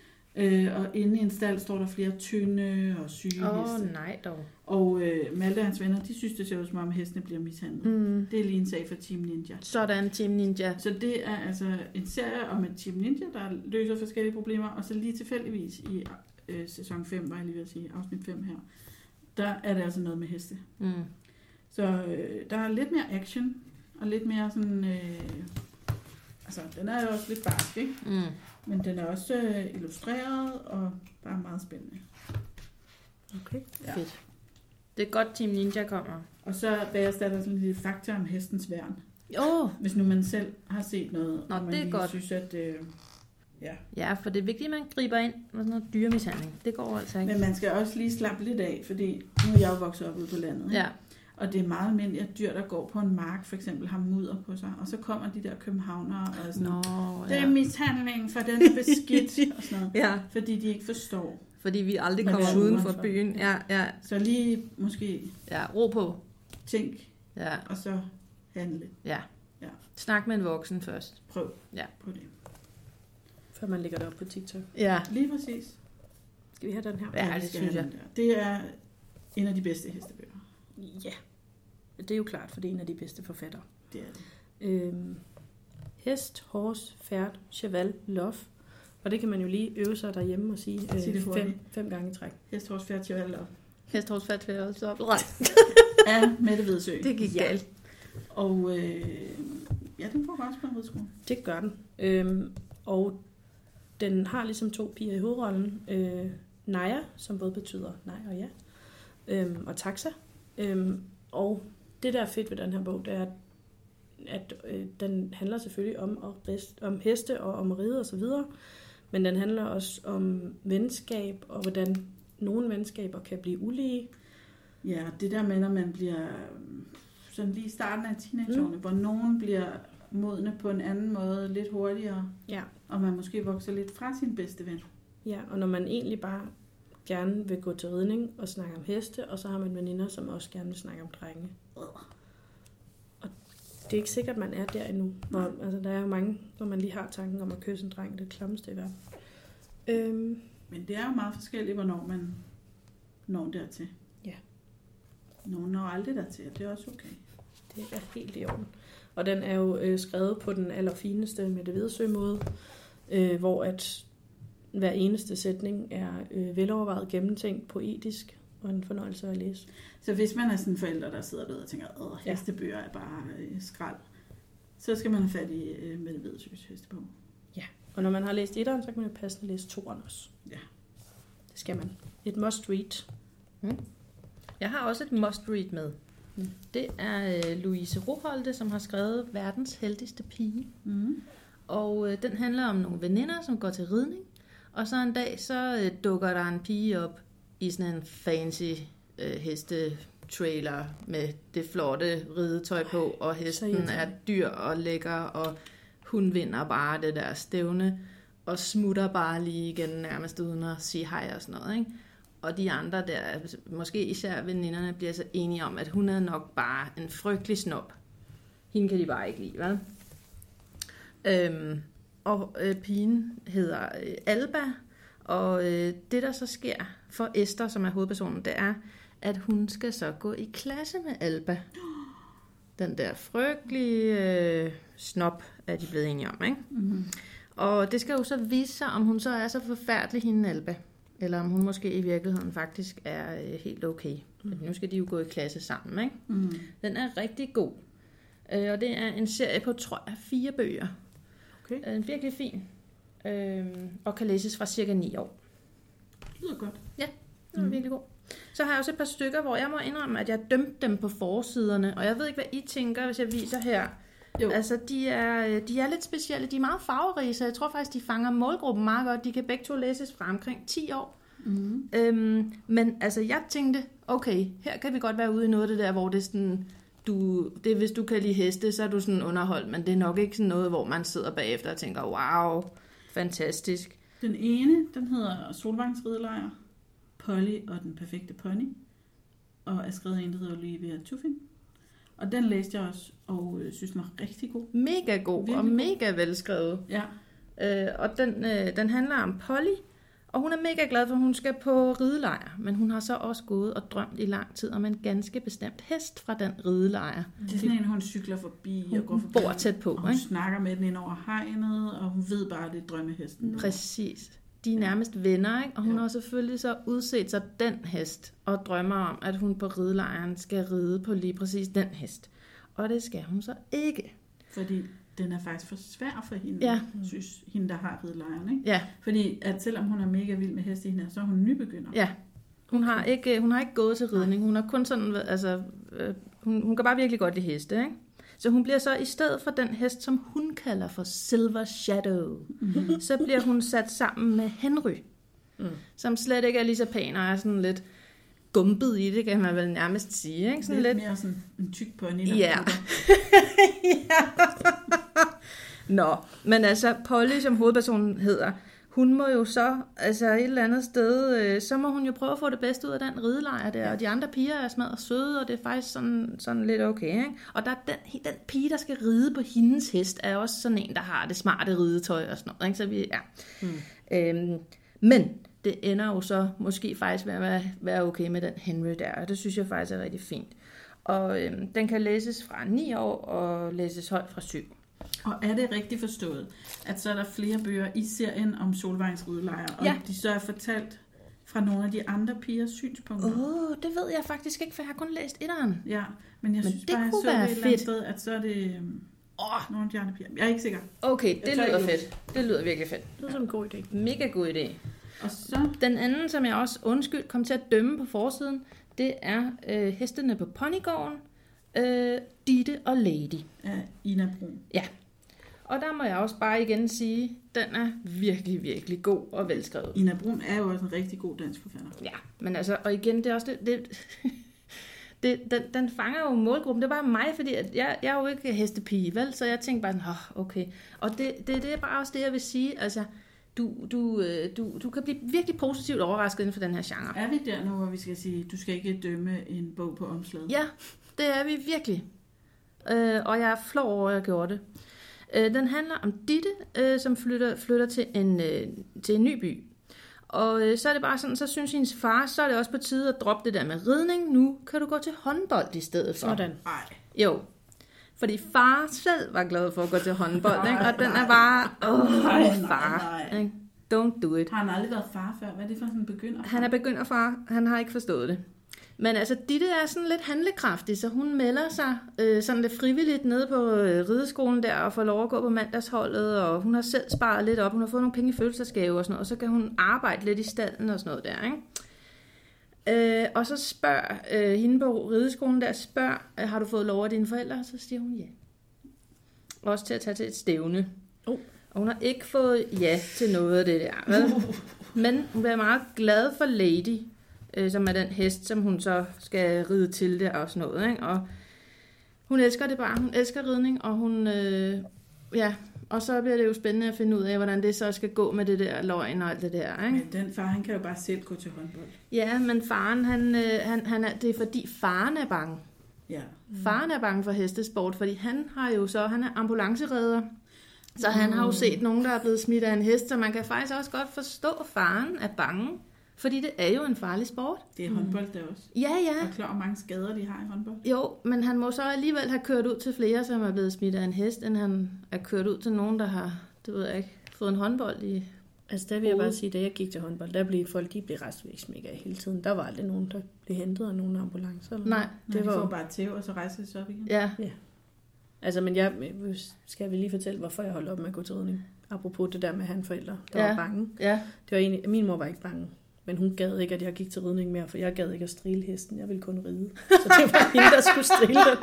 Og inde i en stald står der flere tynde og syge heste. Nej dog. Og Malte og hans venner, de synes, det ser ud som om hestene bliver mishandlet. Det er lige en sag for Team Ninja. Sådan, Team Ninja. Så det er altså en serie om et Team Ninja, der løser forskellige problemer. Og så lige tilfældigvis i sæson 5, var jeg lige ved at sige, afsnit 5 her, der er det altså noget med heste. Så der er lidt mere action, og lidt mere sådan... altså, den er jo også lidt barsk, ikke? Men den er også illustreret og bare meget spændende. Okay, ja. Fedt. Det er godt, Team Ninja kommer. Og så bagerst er der sådan lidt fakta om hestens værn. Hvis nu man selv har set noget, og man lige synes, at... Ja, for det er vigtigt, at man griber ind med sådan noget dyremishandling. Det går altså ikke. Men man skal også lige slappe lidt af, fordi nu er jeg jo vokset op ude på landet. Ikke? Ja. Og det er meget almindeligt, at dyr, der går på en mark, for eksempel har mudder på sig. Og så kommer de der københavnere og sådan, det er mishandling, for den er beskidt. Og sådan noget, fordi de ikke forstår. Fordi vi aldrig kommer uden for byen. Ja. Så lige måske... Ja, ro på. Tænk, og så handle. Ja. Snak med en voksen først. Prøv det. Før man lægger det op på TikTok. Ja. Lige præcis. Skal vi have den her? Ja, det synes jeg. Det er en af de bedste hestebøger. Ja, det er jo klart, for det er en af de bedste forfattere. Det er det. Hest, horse, færd, cheval, love. Og det kan man jo lige øve sig derhjemme og sige 5 gange i træk. Hest, horse, færd, cheval, love. Hest, horse, færd, cheval, love. Ja, Mette Vedsø. Det gik galt. Og den får også på en rideskole. Det gør den. Og den har ligesom 2 piger i hovedrollen. Naja, som både betyder nej og ja. Og taxa. Og det, der er fedt ved den her bog, det er, at den handler selvfølgelig om heste og om ride og så videre, men den handler også om venskab, og hvordan nogle venskaber kan blive ulige. Ja, det der med, når man bliver sådan lige i starten af teenageårene, hvor nogen bliver modne på en anden måde, lidt hurtigere, og man måske vokser lidt fra sin bedste ven. Ja, og når man egentlig bare gerne vil gå til ridning og snakke om heste, og så har man veninder, som også gerne vil snakke om drenge. Og det er ikke sikkert, at man er der endnu. Hvor, altså, der er jo mange, hvor man lige har tanken om at kysse en dreng, det klammeste i verden. Men det er jo meget forskelligt, hvornår man når dertil. Ja. Nogen når aldrig dertil, og det er også okay. Det er helt i orden. Og den er jo skrevet på den allerfineste Mette Vedsø måde, hvor at hver eneste sætning er velovervejet, gennemtænkt, poetisk og en fornøjelse at læse. Så hvis man er sådan en forælder, der sidder derude og tænker, hestebøger er bare skrald, så skal man have fat i Mette Vedsøs hestebog. Ja, og når man har læst 1'eren, så kan man jo passende læse 2'eren også. Ja. Det skal man. Et must read. Jeg har også et must read med. Det er Louise Roholte, som har skrevet Verdens heldigste pige. Og den handler om nogle veninder, som går til ridning. Og så en dag, så dukker der en pige op i sådan en fancy trailer med det flotte ridetøj på, og hesten er dyr og lækker, og hun vinder bare det der stævne, og smutter bare lige igen nærmest uden at sige hej og sådan noget, ikke? Og de andre der, måske især veninderne, bliver så enige om, at hun er nok bare en frygtelig snob. Hende kan de bare ikke lide, vel? Pigen hedder Alba, og det der så sker for Esther, som er hovedpersonen, det er, at hun skal så gå i klasse med Alba. Den der frygtelige snob er de blevet enige om, ikke? Mm-hmm. Og det skal jo så vise sig, om hun så er så forfærdelig, hende Alba, eller om hun måske i virkeligheden faktisk er helt okay. Mm-hmm. Nu skal de jo gå i klasse sammen, ikke? Mm-hmm. Den er rigtig god. Og det er en serie på, tror jeg, 4 bøger. Okay. Virkelig fin. Og kan læses fra cirka 9 år. Det lyder godt. Ja, det er virkelig god. Så har jeg også et par stykker, hvor jeg må indrømme, at jeg dømte dem på forsiderne. Og jeg ved ikke, hvad I tænker, hvis jeg viser her. Jo. Altså, de er lidt specielle. De er meget farverige, så jeg tror faktisk, de fanger målgruppen meget godt. De kan begge to læses fra omkring 10 år. Mm-hmm. Men altså, jeg tænkte, okay, her kan vi godt være ude i noget af det der, hvor det er sådan... hvis du kan lide heste, så er du sådan underholdt, men det er nok ikke sådan noget, hvor man sidder bagefter og tænker, wow, fantastisk. Den ene, den hedder Solvangs ridelejr, Polly og den perfekte pony, og er skrevet af en, der hedder Olivia Tuffin. Og den læste jeg også, og synes den var rigtig god. Mega god, virkelig og mega velskrevet. Ja. Og den handler om Polly, og hun er mega glad for, at hun skal på ridelejr, men hun har så også gået og drømt i lang tid om en ganske bestemt hest fra den ridelejr. Det er sådan en, hun cykler forbi og går forbi. Bor tæt på. Og hun snakker med den ind over hegnet, og hun ved bare, at det er drømmehesten. Præcis. De er nærmest venner, ikke? Og hun har selvfølgelig så udset sig den hest, og drømmer om, at hun på ridelejren skal ride på lige præcis den hest. Og det skal hun så ikke. Fordi den er faktisk for svær for hende, synes hende, der har ridelejren, ikke? Ja. Fordi at selvom hun er mega vild med heste i hende, så er hun nybegynder. Ja. Hun har ikke gået til ridning. Hun har kun sådan, altså, hun kan bare virkelig godt lide heste, ikke? Så hun bliver så i stedet for den hest, som hun kalder for Silver Shadow, så bliver hun sat sammen med Henry, som slet ikke er lige så pæn og er sådan lidt gumpet i det, kan man vel nærmest sige, ikke? Sådan lidt mere sådan en tyk pony. Ja. Nå, men altså Polly, som hovedpersonen hedder, hun må jo så, altså et eller andet sted, så må hun jo prøve at få det bedste ud af den ridelejr der, og de andre piger er smadret søde, og det er faktisk sådan lidt okay, ikke? Og der er den pige, der skal ride på hendes hest, er også sådan en, der har det smarte ridetøj og sådan noget, ikke? Så vi, men det ender jo så måske faktisk med at være okay med den Henry der, og det synes jeg faktisk er rigtig fint. Og den kan læses fra 9 år og læses højt fra 7. Og er det rigtigt forstået, at så er der flere bøger i serien om Solvangs ridelejr, og de så er fortalt fra nogle af de andre pigers synspunkter? Det ved jeg faktisk ikke, for jeg har kun læst etteren. Ja, men jeg synes bare, jeg så det et eller andet sted, at så er det nogle af de andre piger. Jeg er ikke sikker. Okay, det lyder fedt. Det lyder virkelig fedt. Det lyder som en god idé. Mega god idé. Og så den anden, som jeg også kom til at dømme på forsiden, det er hestene på ponygården, Ditte og Lady. Af Ina Brun. Ja. Og der må jeg også bare igen sige, den er virkelig, virkelig god og velskrevet. Ina Brun er jo også en rigtig god dansk forfatter. Ja, men altså, og igen, det er også den fanger jo målgruppen. Det er bare mig, fordi jeg er jo ikke hestepige, vel? Så jeg tænkte bare sådan, okay. Og det er bare også det, jeg vil sige, altså, du kan blive virkelig positivt overrasket inden for den her genre. Er vi der nu, hvor vi skal sige, du skal ikke dømme en bog på omslaget? Ja, det er vi virkelig. Og jeg er flov over, at jeg gjorde det. Den handler om Ditte, som flytter til en ny by. Og så er det bare sådan, så synes hendes far, så er det også på tide at droppe det der med ridning. Nu kan du gå til håndbold i stedet for. Sådan. Nej. Jo. Fordi far selv var glad for at gå til håndbold, ikke? Og den er bare, far. Ikke? Don't do it. Har han aldrig været far før? Hvad er det for sådan en begynderfar? Han er begynderfar. Han har ikke forstået det. Men altså, Ditte er sådan lidt handlekraftig, så hun melder sig sådan lidt frivilligt nede på rideskolen der, og får lov at gå på mandagsholdet, og hun har selv sparet lidt op, hun har fået nogle penge i fødselsdagsgave og sådan noget, og så kan hun arbejde lidt i stallen og sådan noget der, ikke? Og så spørger hende på rideskolen der, har du fået lov af dine forældre? Så siger hun ja. Også til at tage til et stævne. Og hun har ikke fået ja til noget af det der, vel? Men hun er meget glad for Lady, som er den hest, som hun så skal ride til det og sådan noget, ikke? Og hun elsker det bare. Hun elsker ridning, og hun... Og så bliver det jo spændende at finde ud af, hvordan det så skal gå med det der løgn og alt det der, ikke? Men den far, han kan jo bare selv gå til håndbold. Ja, men faren, han det er fordi faren er bange. Ja. Faren er bange for hestesport, fordi han er ambulanceredder. Så han har jo set nogen, der er blevet smidt af en hest, så man kan faktisk også godt forstå, at faren er bange. Fordi det er jo en farlig sport. Det er håndbold der også. Ja. Og klar, hvor mange skader de har i håndbold. Jo, men han må så alligevel have kørt ud til flere, som er blevet smidt af en hest, end han er kørt ud til nogen, der har, det ved jeg ikke, fået en håndbold i. Altså der vil jeg bare sige, da jeg gik til håndbold, der blev folk, de blev restvæksmækker hele tiden. Der var aldrig nogen, der blev hentet af nogen ambulancer. Eller Nej. Det var... De får bare tæv, og så rejser de sig op igen. Ja. Altså, men skal vi lige fortælle, hvorfor jeg holdt op med at gå til ridning? Apropos det der med, at han forældre, der var bange. Ja. Det var egentlig, min mor var ikke bange. Men hun gad ikke, at jeg gik til ridning mere, for jeg gad ikke at strile hesten. Jeg ville kun ride. Så det var hende, der skulle strile den.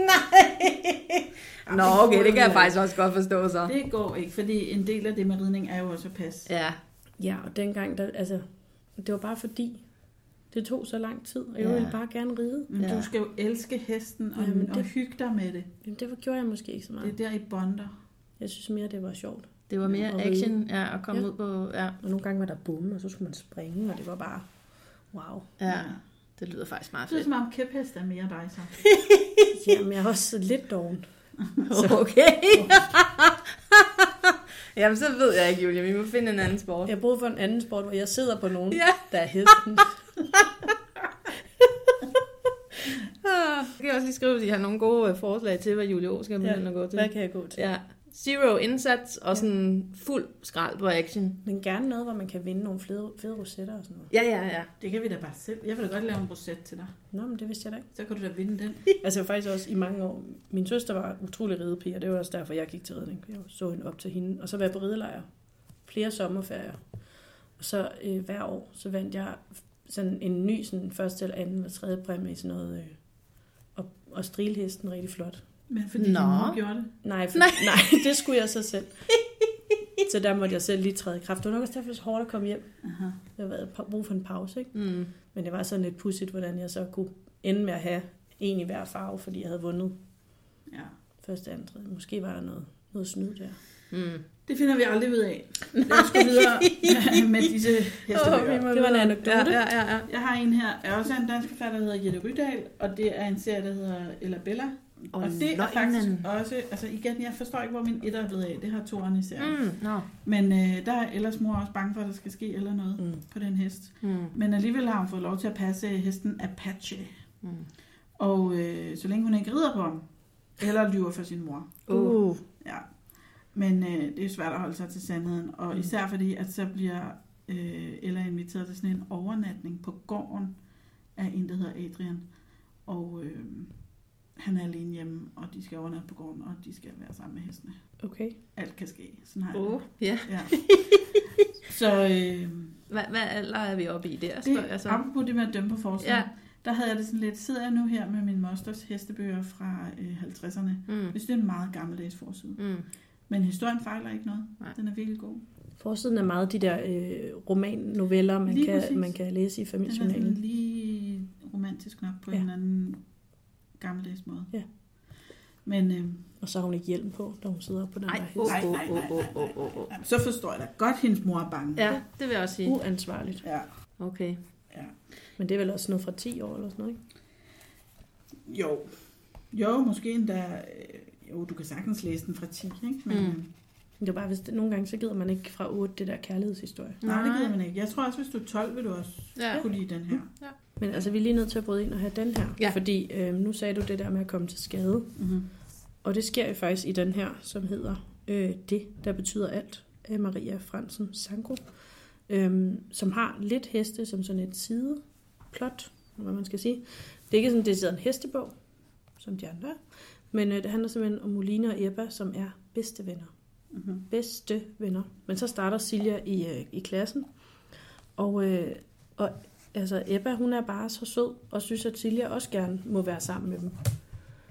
Nej! Nå, okay, det kan jeg faktisk også godt forstå så. Det går ikke, fordi en del af det med ridning er jo også at passe. Ja. Ja, og dengang, det var bare fordi, det tog så lang tid, og jeg ville bare gerne ride. Men du skal jo elske hesten og hygge dig med det. Jamen, det gjorde jeg måske ikke så meget. Det er der, I bonder. Jeg synes mere, det var sjovt. Det var mere action, at komme ud på... Ja. Og nogle gange var der bomme, og så skulle man springe, og det var bare... Wow. Ja, det lyder faktisk meget fedt. Det lyder som om kæphest er mere dig så. Jamen, jeg er også lidt doven. Okay. Jamen, så ved jeg ikke, Julia. Vi må finde en anden sport. Jeg bruger for en anden sport, hvor jeg sidder på nogen, der er hesten. Jeg kan også lige skrive, at I har nogle gode forslag til, hvad Julie O skal begynde at gå til. Hvad kan jeg gå til? Ja. Zero indsats og sådan fuld skrald på action. Men gerne noget, hvor man kan vinde nogle fede rosetter og sådan noget. Ja. Det kan vi da bare selv. Jeg vil da godt lave en roset til dig. Nå, men det vidste jeg da ikke. Så kan du da vinde den. Altså jeg faktisk også i mange år. Min søster var utrolig ridepige, og det var også derfor, jeg gik til ridning. Jeg så hende op til hende. Og så var jeg på ridelejr. Flere sommerferier. Og så hver år, så vandt jeg sådan en ny sådan første eller anden eller tredje præmie i sådan noget. Og strile hesten rigtig flot. Men fordi din mor gjorde det? Nej, det skulle jeg så selv. Så der måtte jeg selv lige træde i kraft. Det var nok også derfor så hårdt at komme hjem. Aha. Jeg havde brug for en pause, ikke? Mm. Men det var sådan lidt pudsigt, hvordan jeg så kunne ende med at have en i hver farve, fordi jeg havde vundet første, anden, tredje. Måske var der noget snyd der. Mm. Det finder vi aldrig ud af. Lad os gå videre med disse hestebøger. Det var en anekdote. Ja. Jeg har en her, er også en dansk forfatter, der hedder Jette Rydahl, og det er en serie, der hedder Ella Bella. Og det er faktisk også, altså igen, jeg forstår ikke, hvor min etter er blevet af. Det har toeren i serien. Men der er Ellas mor også bange for, at der skal ske eller noget på den hest. Men alligevel har hun fået lov til at passe hesten Apache. Og så længe hun ikke rider på ham, eller lyver for sin mor. Ja. Men det er svært at holde sig til sandheden. Og især fordi, at så bliver Ella inviteret til sådan en overnatning på gården af en, der hedder Adrian. Og han er alene hjemme, og de skal overnatte på gården, og de skal være sammen med hestene. Okay. Alt kan ske. Sådan har ja. Så hvad alder er vi oppe i der? Det, apropos det med at dømme på forsiden, der havde jeg det sådan lidt, sidder jeg nu her med min mosters hestebøger fra 50'erne. Hvis det er en meget gammeldags forside. Men historien fejler ikke noget. Den er virkelig god. Forsiden er meget de der romannoveller, man kan læse i familiejournalen. Den er sådan lige romantisk nok på en eller anden gammeldags måde. Ja. Men, og så har hun ikke hjelm på, da hun sidder på den der hest. Nej. Så forstår jeg da godt, hendes mor er bange. Ja, det vil jeg også sige. Uansvarligt. Ja. Okay. Ja. Men det er vel også noget fra 10 år eller sådan noget, ikke? Jo, måske endda... Jo, du kan sagtens læse den fra 10, ikke? Men, det er bare, hvis nogle gange, så gider man ikke fra 8 det der kærlighedshistorie. Nej, det gider man ikke. Jeg tror også, hvis du er 12, vil du også kunne lide den her. Ja. Men altså, vi er lige nødt til at bryde ind og have den her. Ja. Fordi nu sagde du det der med at komme til skade. Og det sker jo faktisk i den her, som hedder Det, der betyder alt, af Maria Frantzen Sanko. Som har lidt heste som sådan et sideplot, hvad man skal sige. Det er ikke sådan, det er en hestebog, som de andre er. Men det handler simpelthen om Molina og Ebba, som er bedste venner. Bedste venner. Men så starter Silja i klassen. Og altså Ebba, hun er bare så sød, og synes, at Silja også gerne må være sammen med dem.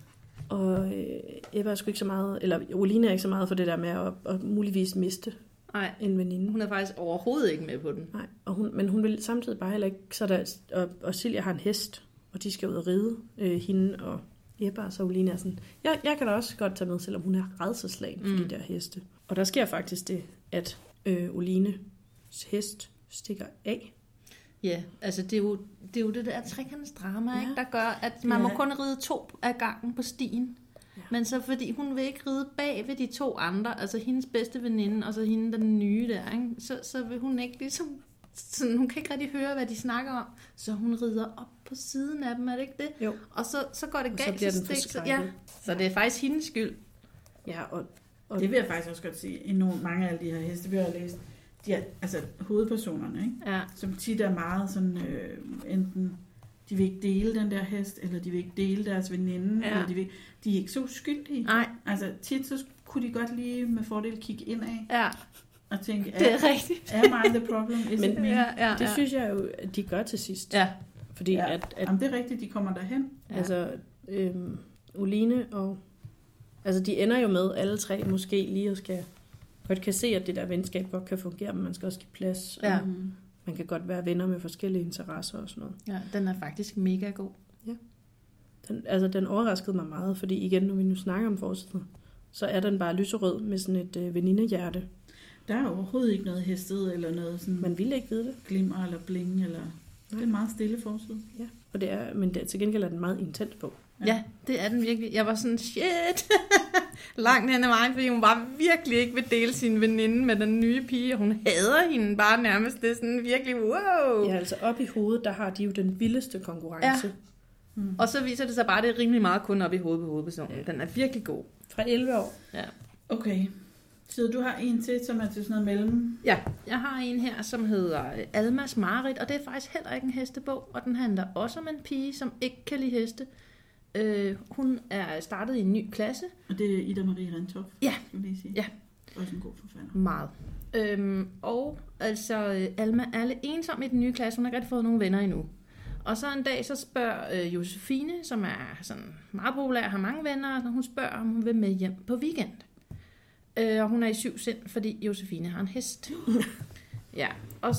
Og Ebba er sgu ikke så meget, eller Olina er ikke så meget for det der med at muligvis miste en veninde. Hun er faktisk overhovedet ikke med på den. Nej, men hun vil samtidig bare heller ikke, og Silja har en hest, og de skal ud og ride, hende og Ebba, så Oline er sådan, jeg kan da også godt tage med, selvom hun er rædselsslagen for de der heste. Og der sker faktisk det, at Olines hest stikker af. Ja, altså det er jo det der trekantsdrama, ikke, der gør, at man må kun ride 2 af gangen på stien. Ja. Men så fordi hun vil ikke ride bag ved de 2 andre, altså hendes bedste veninde, og så hende den nye der, ikke? Så vil hun ikke ligesom, sådan, hun kan ikke rigtig høre, hvad de snakker om, så hun rider op på siden af dem, er det ikke det? Jo. Og så går det galt, så det er faktisk hendes skyld. Ja, og det vil jeg faktisk også godt sige, i mange af de her heste, vi har læst, de er, altså hovedpersonerne, ikke? Ja. Som tit er meget sådan, enten de vil ikke dele den der hest, eller de vil ikke dele deres veninde, eller de er ikke så uskyldige. Nej. Altså tit så kunne de godt lige med fordel kigge indad. Ja. Og tænke, det er rigtigt. Am I the problem? Det synes jeg jo, at de gør til sidst. Ja. Fordi Jamen, det er rigtigt, de kommer derhen. Ja. Altså, Oline og... Altså, de ender jo med alle 3 måske lige og godt kan se, at det der venskab godt kan fungere, men man skal også give plads. Ja. Man kan godt være venner med forskellige interesser og sådan noget. Ja, den er faktisk mega god. Ja. Den overraskede mig meget, fordi igen, når vi nu snakker om forsiden, så er den bare lyserød med sådan et venindehjerte. Der er overhovedet ikke noget hestet eller noget sådan... Man ville ikke vide det. Glimmer eller bling eller... Det er en meget stille forside. Ja, men til gengæld er den meget intens på. Ja, det er den virkelig. Jeg var sådan, shit, langt hen ad vejen, fordi hun bare virkelig ikke vil dele sin veninde med den nye pige, og hun hader hende bare nærmest. Det er sådan virkelig, wow. Ja, altså op i hovedet, der har de jo den vildeste konkurrence. Ja. Og så viser det sig bare, at det er rimelig meget kun op i hovedet på hovedpersonen. Ja. Den er virkelig god. Fra 11 år. Ja. Okay. Så du har en til, som er til sådan noget mellem? Ja, jeg har en her, som hedder Almas Mareridt, og det er faktisk heller ikke en hestebog, og den handler også om en pige, som ikke kan lide heste. Hun er startet i en ny klasse. Og det er Ida Marie Rentoft, ja. vil jeg sige. Ja. Også en god forfatter. Meget. Og altså, Alma er lidt ensom i den nye klasse, hun har ikke rigtig fået nogen venner endnu. Og så en dag, så spørger Josefine, som er sådan meget populær, har mange venner, og hun spørger, om hun vil med hjem på weekend. Og hun er i 7 sind, fordi Josefine har en hest. Ja, og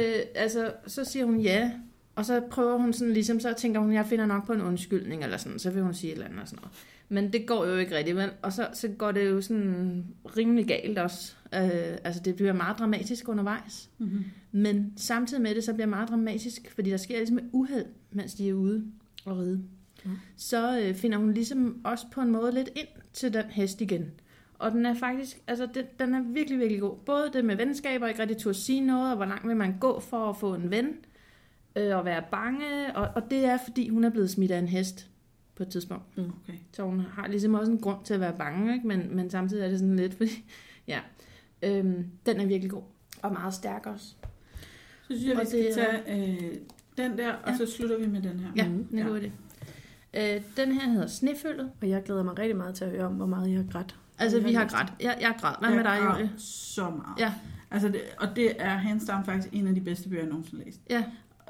så siger hun ja, og så prøver hun sådan ligesom, så tænker hun, jeg finder nok på en undskyldning, eller sådan, så vil hun sige et eller andet og sådan noget. Men det går jo ikke rigtigt, vel? Og så går det jo sådan rimelig galt også. Altså det bliver meget dramatisk undervejs. Mm-hmm. Men samtidig med det, så bliver det meget dramatisk, fordi der sker ligesom et uheld, mens de er ude og ride. Mm. Så finder hun ligesom også på en måde lidt ind til den hest igen. Og den er faktisk, altså den er virkelig, virkelig god. Både det med venskaber, ikke rigtig turde sige noget, og hvor langt vil man gå for at få en ven, og være bange, og det er, fordi hun er blevet smidt af en hest på et tidspunkt. Okay. Så hun har ligesom også en grund til at være bange, ikke? Men samtidig er det sådan lidt, fordi, ja, den er virkelig god, og meget stærk også. Så synes jeg, vi skal tage den der, og så slutter vi med den her. Ja, det er det. Den her hedder Snefølget. Og jeg glæder mig rigtig meget til at høre om, hvor meget I har grædt. Altså, vi har grædt. Jeg græd. Hvad med dig, Julie? Så meget. Ja. Altså, det er hands down faktisk en af de bedste bøger, jeg nogensinde har læst. Ja.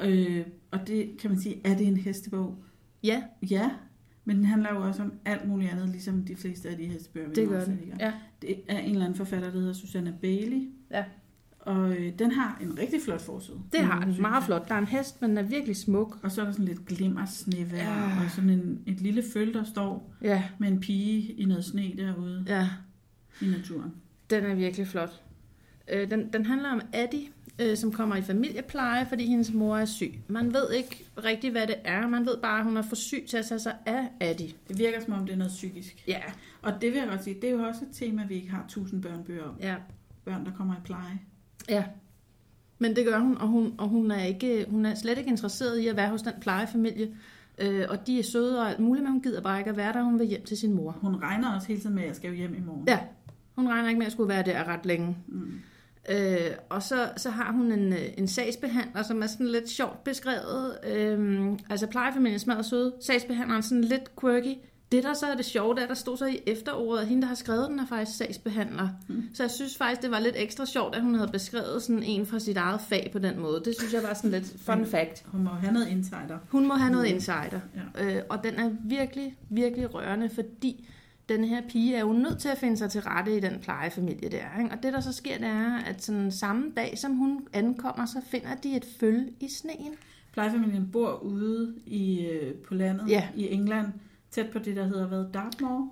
Og det kan man sige, er det en hestebog? Ja. Ja, men den handler jo også om alt muligt andet, ligesom de fleste af de hestebøger, vi det gør den. Ja. Det er en eller anden forfatter, der hedder Susanna Bailey. Ja. Og den har en rigtig flot forside. Det har den. Meget flot. Der er en hest, men den er virkelig smuk. Og så er der sådan lidt glimmersnevejr, og sådan et lille føl, der står med en pige i noget sne derude i naturen. Den er virkelig flot. Den handler om Addie, som kommer i familiepleje, fordi hendes mor er syg. Man ved ikke rigtig, hvad det er. Man ved bare, at hun er for syg til at tage sig af Addie. Det virker som om, det er noget psykisk. Ja. Og det vil jeg godt sige, det er jo også et tema, vi ikke har 1000 børnebøger om. Ja. Børn, der kommer i pleje. Ja. Men det gør hun, og hun er slet ikke interesseret i at være hos den plejefamilie. Og de er søde og alt muligt, men hun gider bare ikke at være der. Hun vil hjem til sin mor. Hun regner også hele tiden med, at jeg skal hjem i morgen. Ja. Hun regner ikke med, at jeg skulle være der ret længe. Mm. Og så har hun en sagsbehandler, som er sådan lidt sjovt beskrevet. Altså plejefamilien smadret søde. Sagsbehandleren sådan lidt quirky. Det der så er det sjove, der stod så i efterordet, at hende, der har skrevet den, er faktisk sagsbehandler. Mm. Så jeg synes faktisk, det var lidt ekstra sjovt, at hun havde beskrevet sådan en fra sit eget fag på den måde. Det synes jeg var sådan lidt fun fact. Hun må have noget insider. Hun må have noget insider. Ja. Og den er virkelig, virkelig rørende, fordi den her pige er jo nødt til at finde sig til rette i den plejefamilie der. Ikke? Og det, der så sker, det er, at sådan samme dag, som hun ankommer, så finder de et føl i sneen. Plejefamilien bor ude på landet i England, tæt på det, der hedder Dartmoor?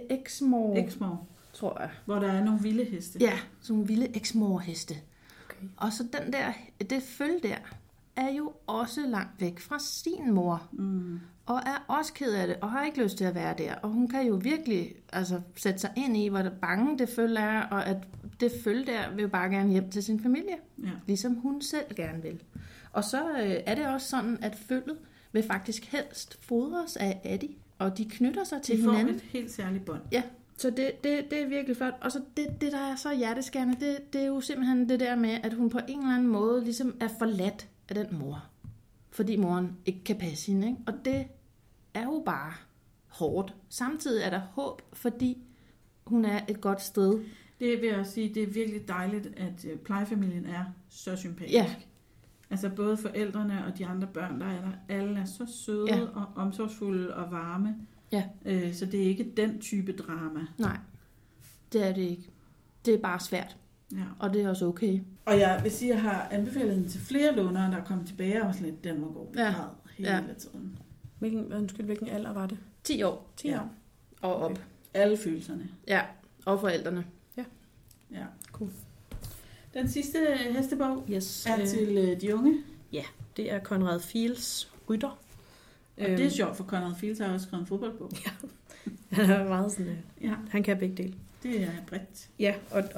Exmoor, tror jeg. Hvor der er nogle vilde heste. Ja, sådan nogle vilde Exmoor-heste. Okay. Og så det føl der, er jo også langt væk fra sin mor. Og er også ked af det, og har ikke lyst til at være der. Og hun kan jo virkelig sætte sig ind i, hvor bange det føl er, og at det føl der vil bare gerne hjem til sin familie. Ja. Ligesom hun selv gerne vil. Og så er det også sådan, at følget vil faktisk helst fodres af Addie, og de knytter sig til hinanden. De får et helt særligt bånd. Ja, så det er virkelig flot. Og så det der er så hjerteskærende, det er jo simpelthen det der med, at hun på en eller anden måde ligesom er forladt af den mor. Fordi moren ikke kan passe hende, ikke? Og det er jo bare hårdt. Samtidig er der håb, fordi hun er et godt sted. Det vil jeg sige, det er virkelig dejligt, at plejefamilien er så sympatisk. Ja. Altså både forældrene og de andre børn, der er der, alle er så søde og omsorgsfulde og varme. Ja. Så det er ikke den type drama. Nej, det er det ikke. Det er bare svært. Ja. Og det er også okay. Og jeg vil sige, at jeg har anbefalet den til flere lånere, der er kommet tilbage og lidt, den må gå hele tiden. Hvilken alder var det? 10 år. 10 år. Og op. Okay. Alle følelserne. Ja, og forældrene. Ja, cool. Den sidste hestebog er til de unge. Ja, det er Conrad Fields Rytter. Og det er sjovt, for Conrad Fields har også skrevet en fodboldbog. Ja, han er meget sådan, han kan begge dele. Det er bredt. Ja,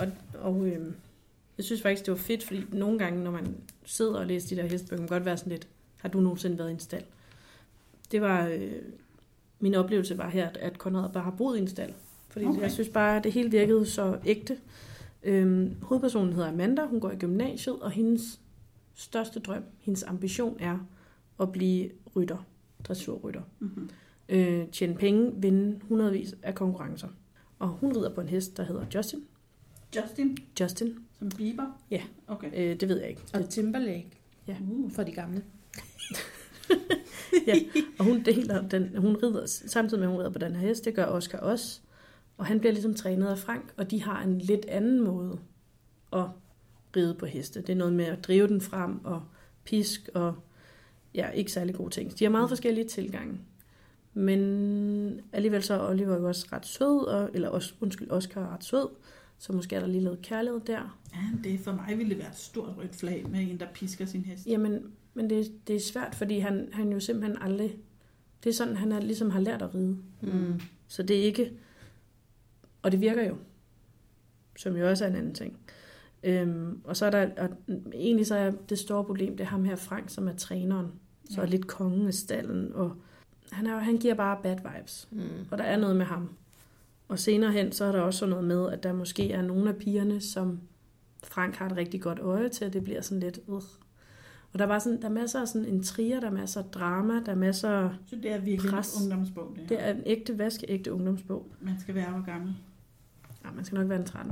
og jeg synes faktisk, det var fedt, fordi nogle gange, når man sidder og læser de der hestebøger, kan man godt være sådan lidt, har du nogensinde været i en stald? Det var, min oplevelse var her, at Conrad bare har boet i en stald. Fordi jeg synes bare, at det hele virkede så ægte. Hovedpersonen hedder Amanda, hun går i gymnasiet, og hendes største drøm, hendes ambition er at blive rytter, dressurrytter. Mm-hmm. Tjene penge, vinde hundredvis af konkurrencer. Og hun rider på en hest, der hedder Justin. Justin. Som Bieber? Ja, okay. Det ved jeg ikke. Og Timberlake. Ja. For de gamle. Ja, og hun rider, samtidig med at hun rider på den her hest, det gør Oscar også. Og han bliver ligesom trænet af Frank, og de har en lidt anden måde at ride på heste. Det er noget med at drive den frem og pisk og ikke særlig gode ting. De har meget forskellige tilgange. Men alligevel så er Oliver jo også ret sød, Oscar er ret sød, så måske er der lige noget kærlighed der. Ja, det for mig ville det være et stort rødt flag med en, der pisker sin hest. Jamen, men det er svært, fordi han jo simpelthen aldrig... Det er sådan, han ligesom har lært at ride. Mm. Så det er ikke... Og det virker jo. Som jo også er en anden ting. Og så er der... Egentlig så er det store problem, det er ham her Frank, som er træneren. Så er lidt kongen af stallen. Og han giver bare bad vibes. Mm. Og der er noget med ham. Og senere hen, så er der også noget med, at der måske er nogle af pigerne, som Frank har et rigtig godt øje til, at det bliver sådan lidt... Og der er masser af sådan intriger, der er masser af drama, der er masser af så det er virkelig pres. En ungdomsbog, det her. Det er en ægte ungdomsbog. Man skal være hvor gammel? Ja, man skal nok være en 13.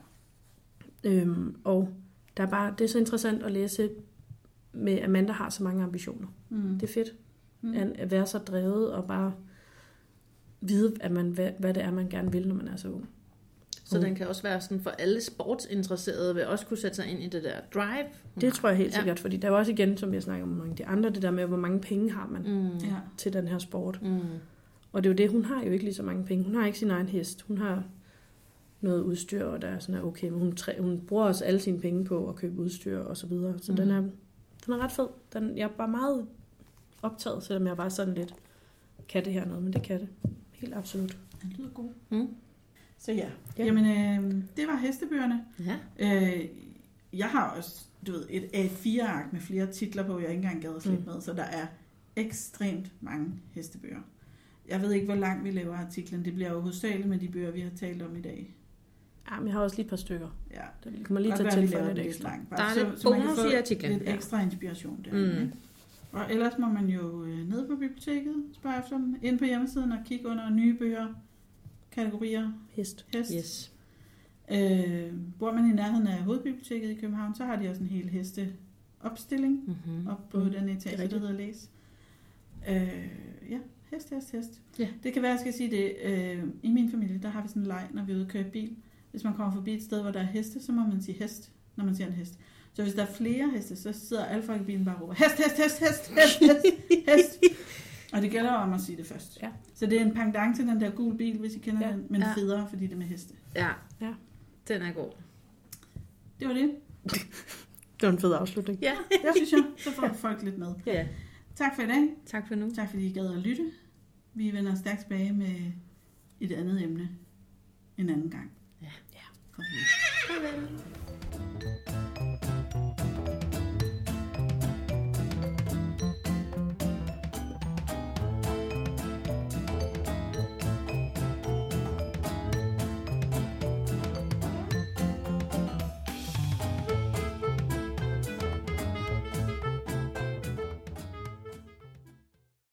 Ja. Og det er så interessant at læse med, at Amanda har så mange ambitioner. Mm. Det er fedt. At være så drevet og bare vide, hvad det er, man gerne vil, når man er så ung. Så den kan også være sådan for alle sportsinteresserede, vil også kunne sætte sig ind i det der drive. Det tror jeg helt sikkert, fordi der er også igen, som jeg snakker om mange de andre, det der med, hvor mange penge har man til den her sport. Mm. Og det er jo det, hun har jo ikke lige så mange penge. Hun har ikke sin egen hest. Hun har noget udstyr, og der er sådan okay, men hun bruger også alle sine penge på at købe udstyr og så videre. Så den er ret fed. Jeg er bare meget optaget, selvom jeg bare sådan lidt kan det her noget, men det kan det. Helt absolut. Den lyder god. Mm. Så jamen det var hestebøgerne. Ja. Jeg har også, et A4-ark med flere titler på, jeg ikke engang gad at slippe med, så der er ekstremt mange hestebøger. Jeg ved ikke, hvor langt vi laver artiklen. Det bliver jo hovedsageligt med de bøger, vi har talt om i dag. Ja, men jeg har også lige et par stykker. Ja. Det kan man lige tage til for lidt ekstra. Der er lidt bonus i artiklen. Lidt ekstra inspiration der. Mm. Og ellers må man jo ned på biblioteket, spørge efter dem, ind på hjemmesiden og kigge under nye bøger, kategorier. Hest. Yes. Bor man i nærheden af hovedbiblioteket i København, så har de også en hel hesteopstilling op på den etage, der hedder Læs. Hest. Ja. Det kan være, jeg skal sige det. I min familie, der har vi sådan en leg, når vi er ude og køre bil. Hvis man kommer forbi et sted, hvor der er heste, så må man sige hest, når man ser en hest. Så hvis der er flere heste, så sidder alle folk i bilen bare og råber, hest. Og det gælder om at sige det først. Ja. Så det er en pendant til den der gule bil, hvis I kender den, men federe, fordi det er med heste. Ja, den er god. Det var det. Det var en fed afslutning. Ja, det synes jeg. Så får folk lidt med. Ja. Tak for i dag. Tak for nu. Tak fordi I gad at lytte. Vi vender stærkt tilbage med et andet emne en anden gang. Ja. Farvel. Farvel.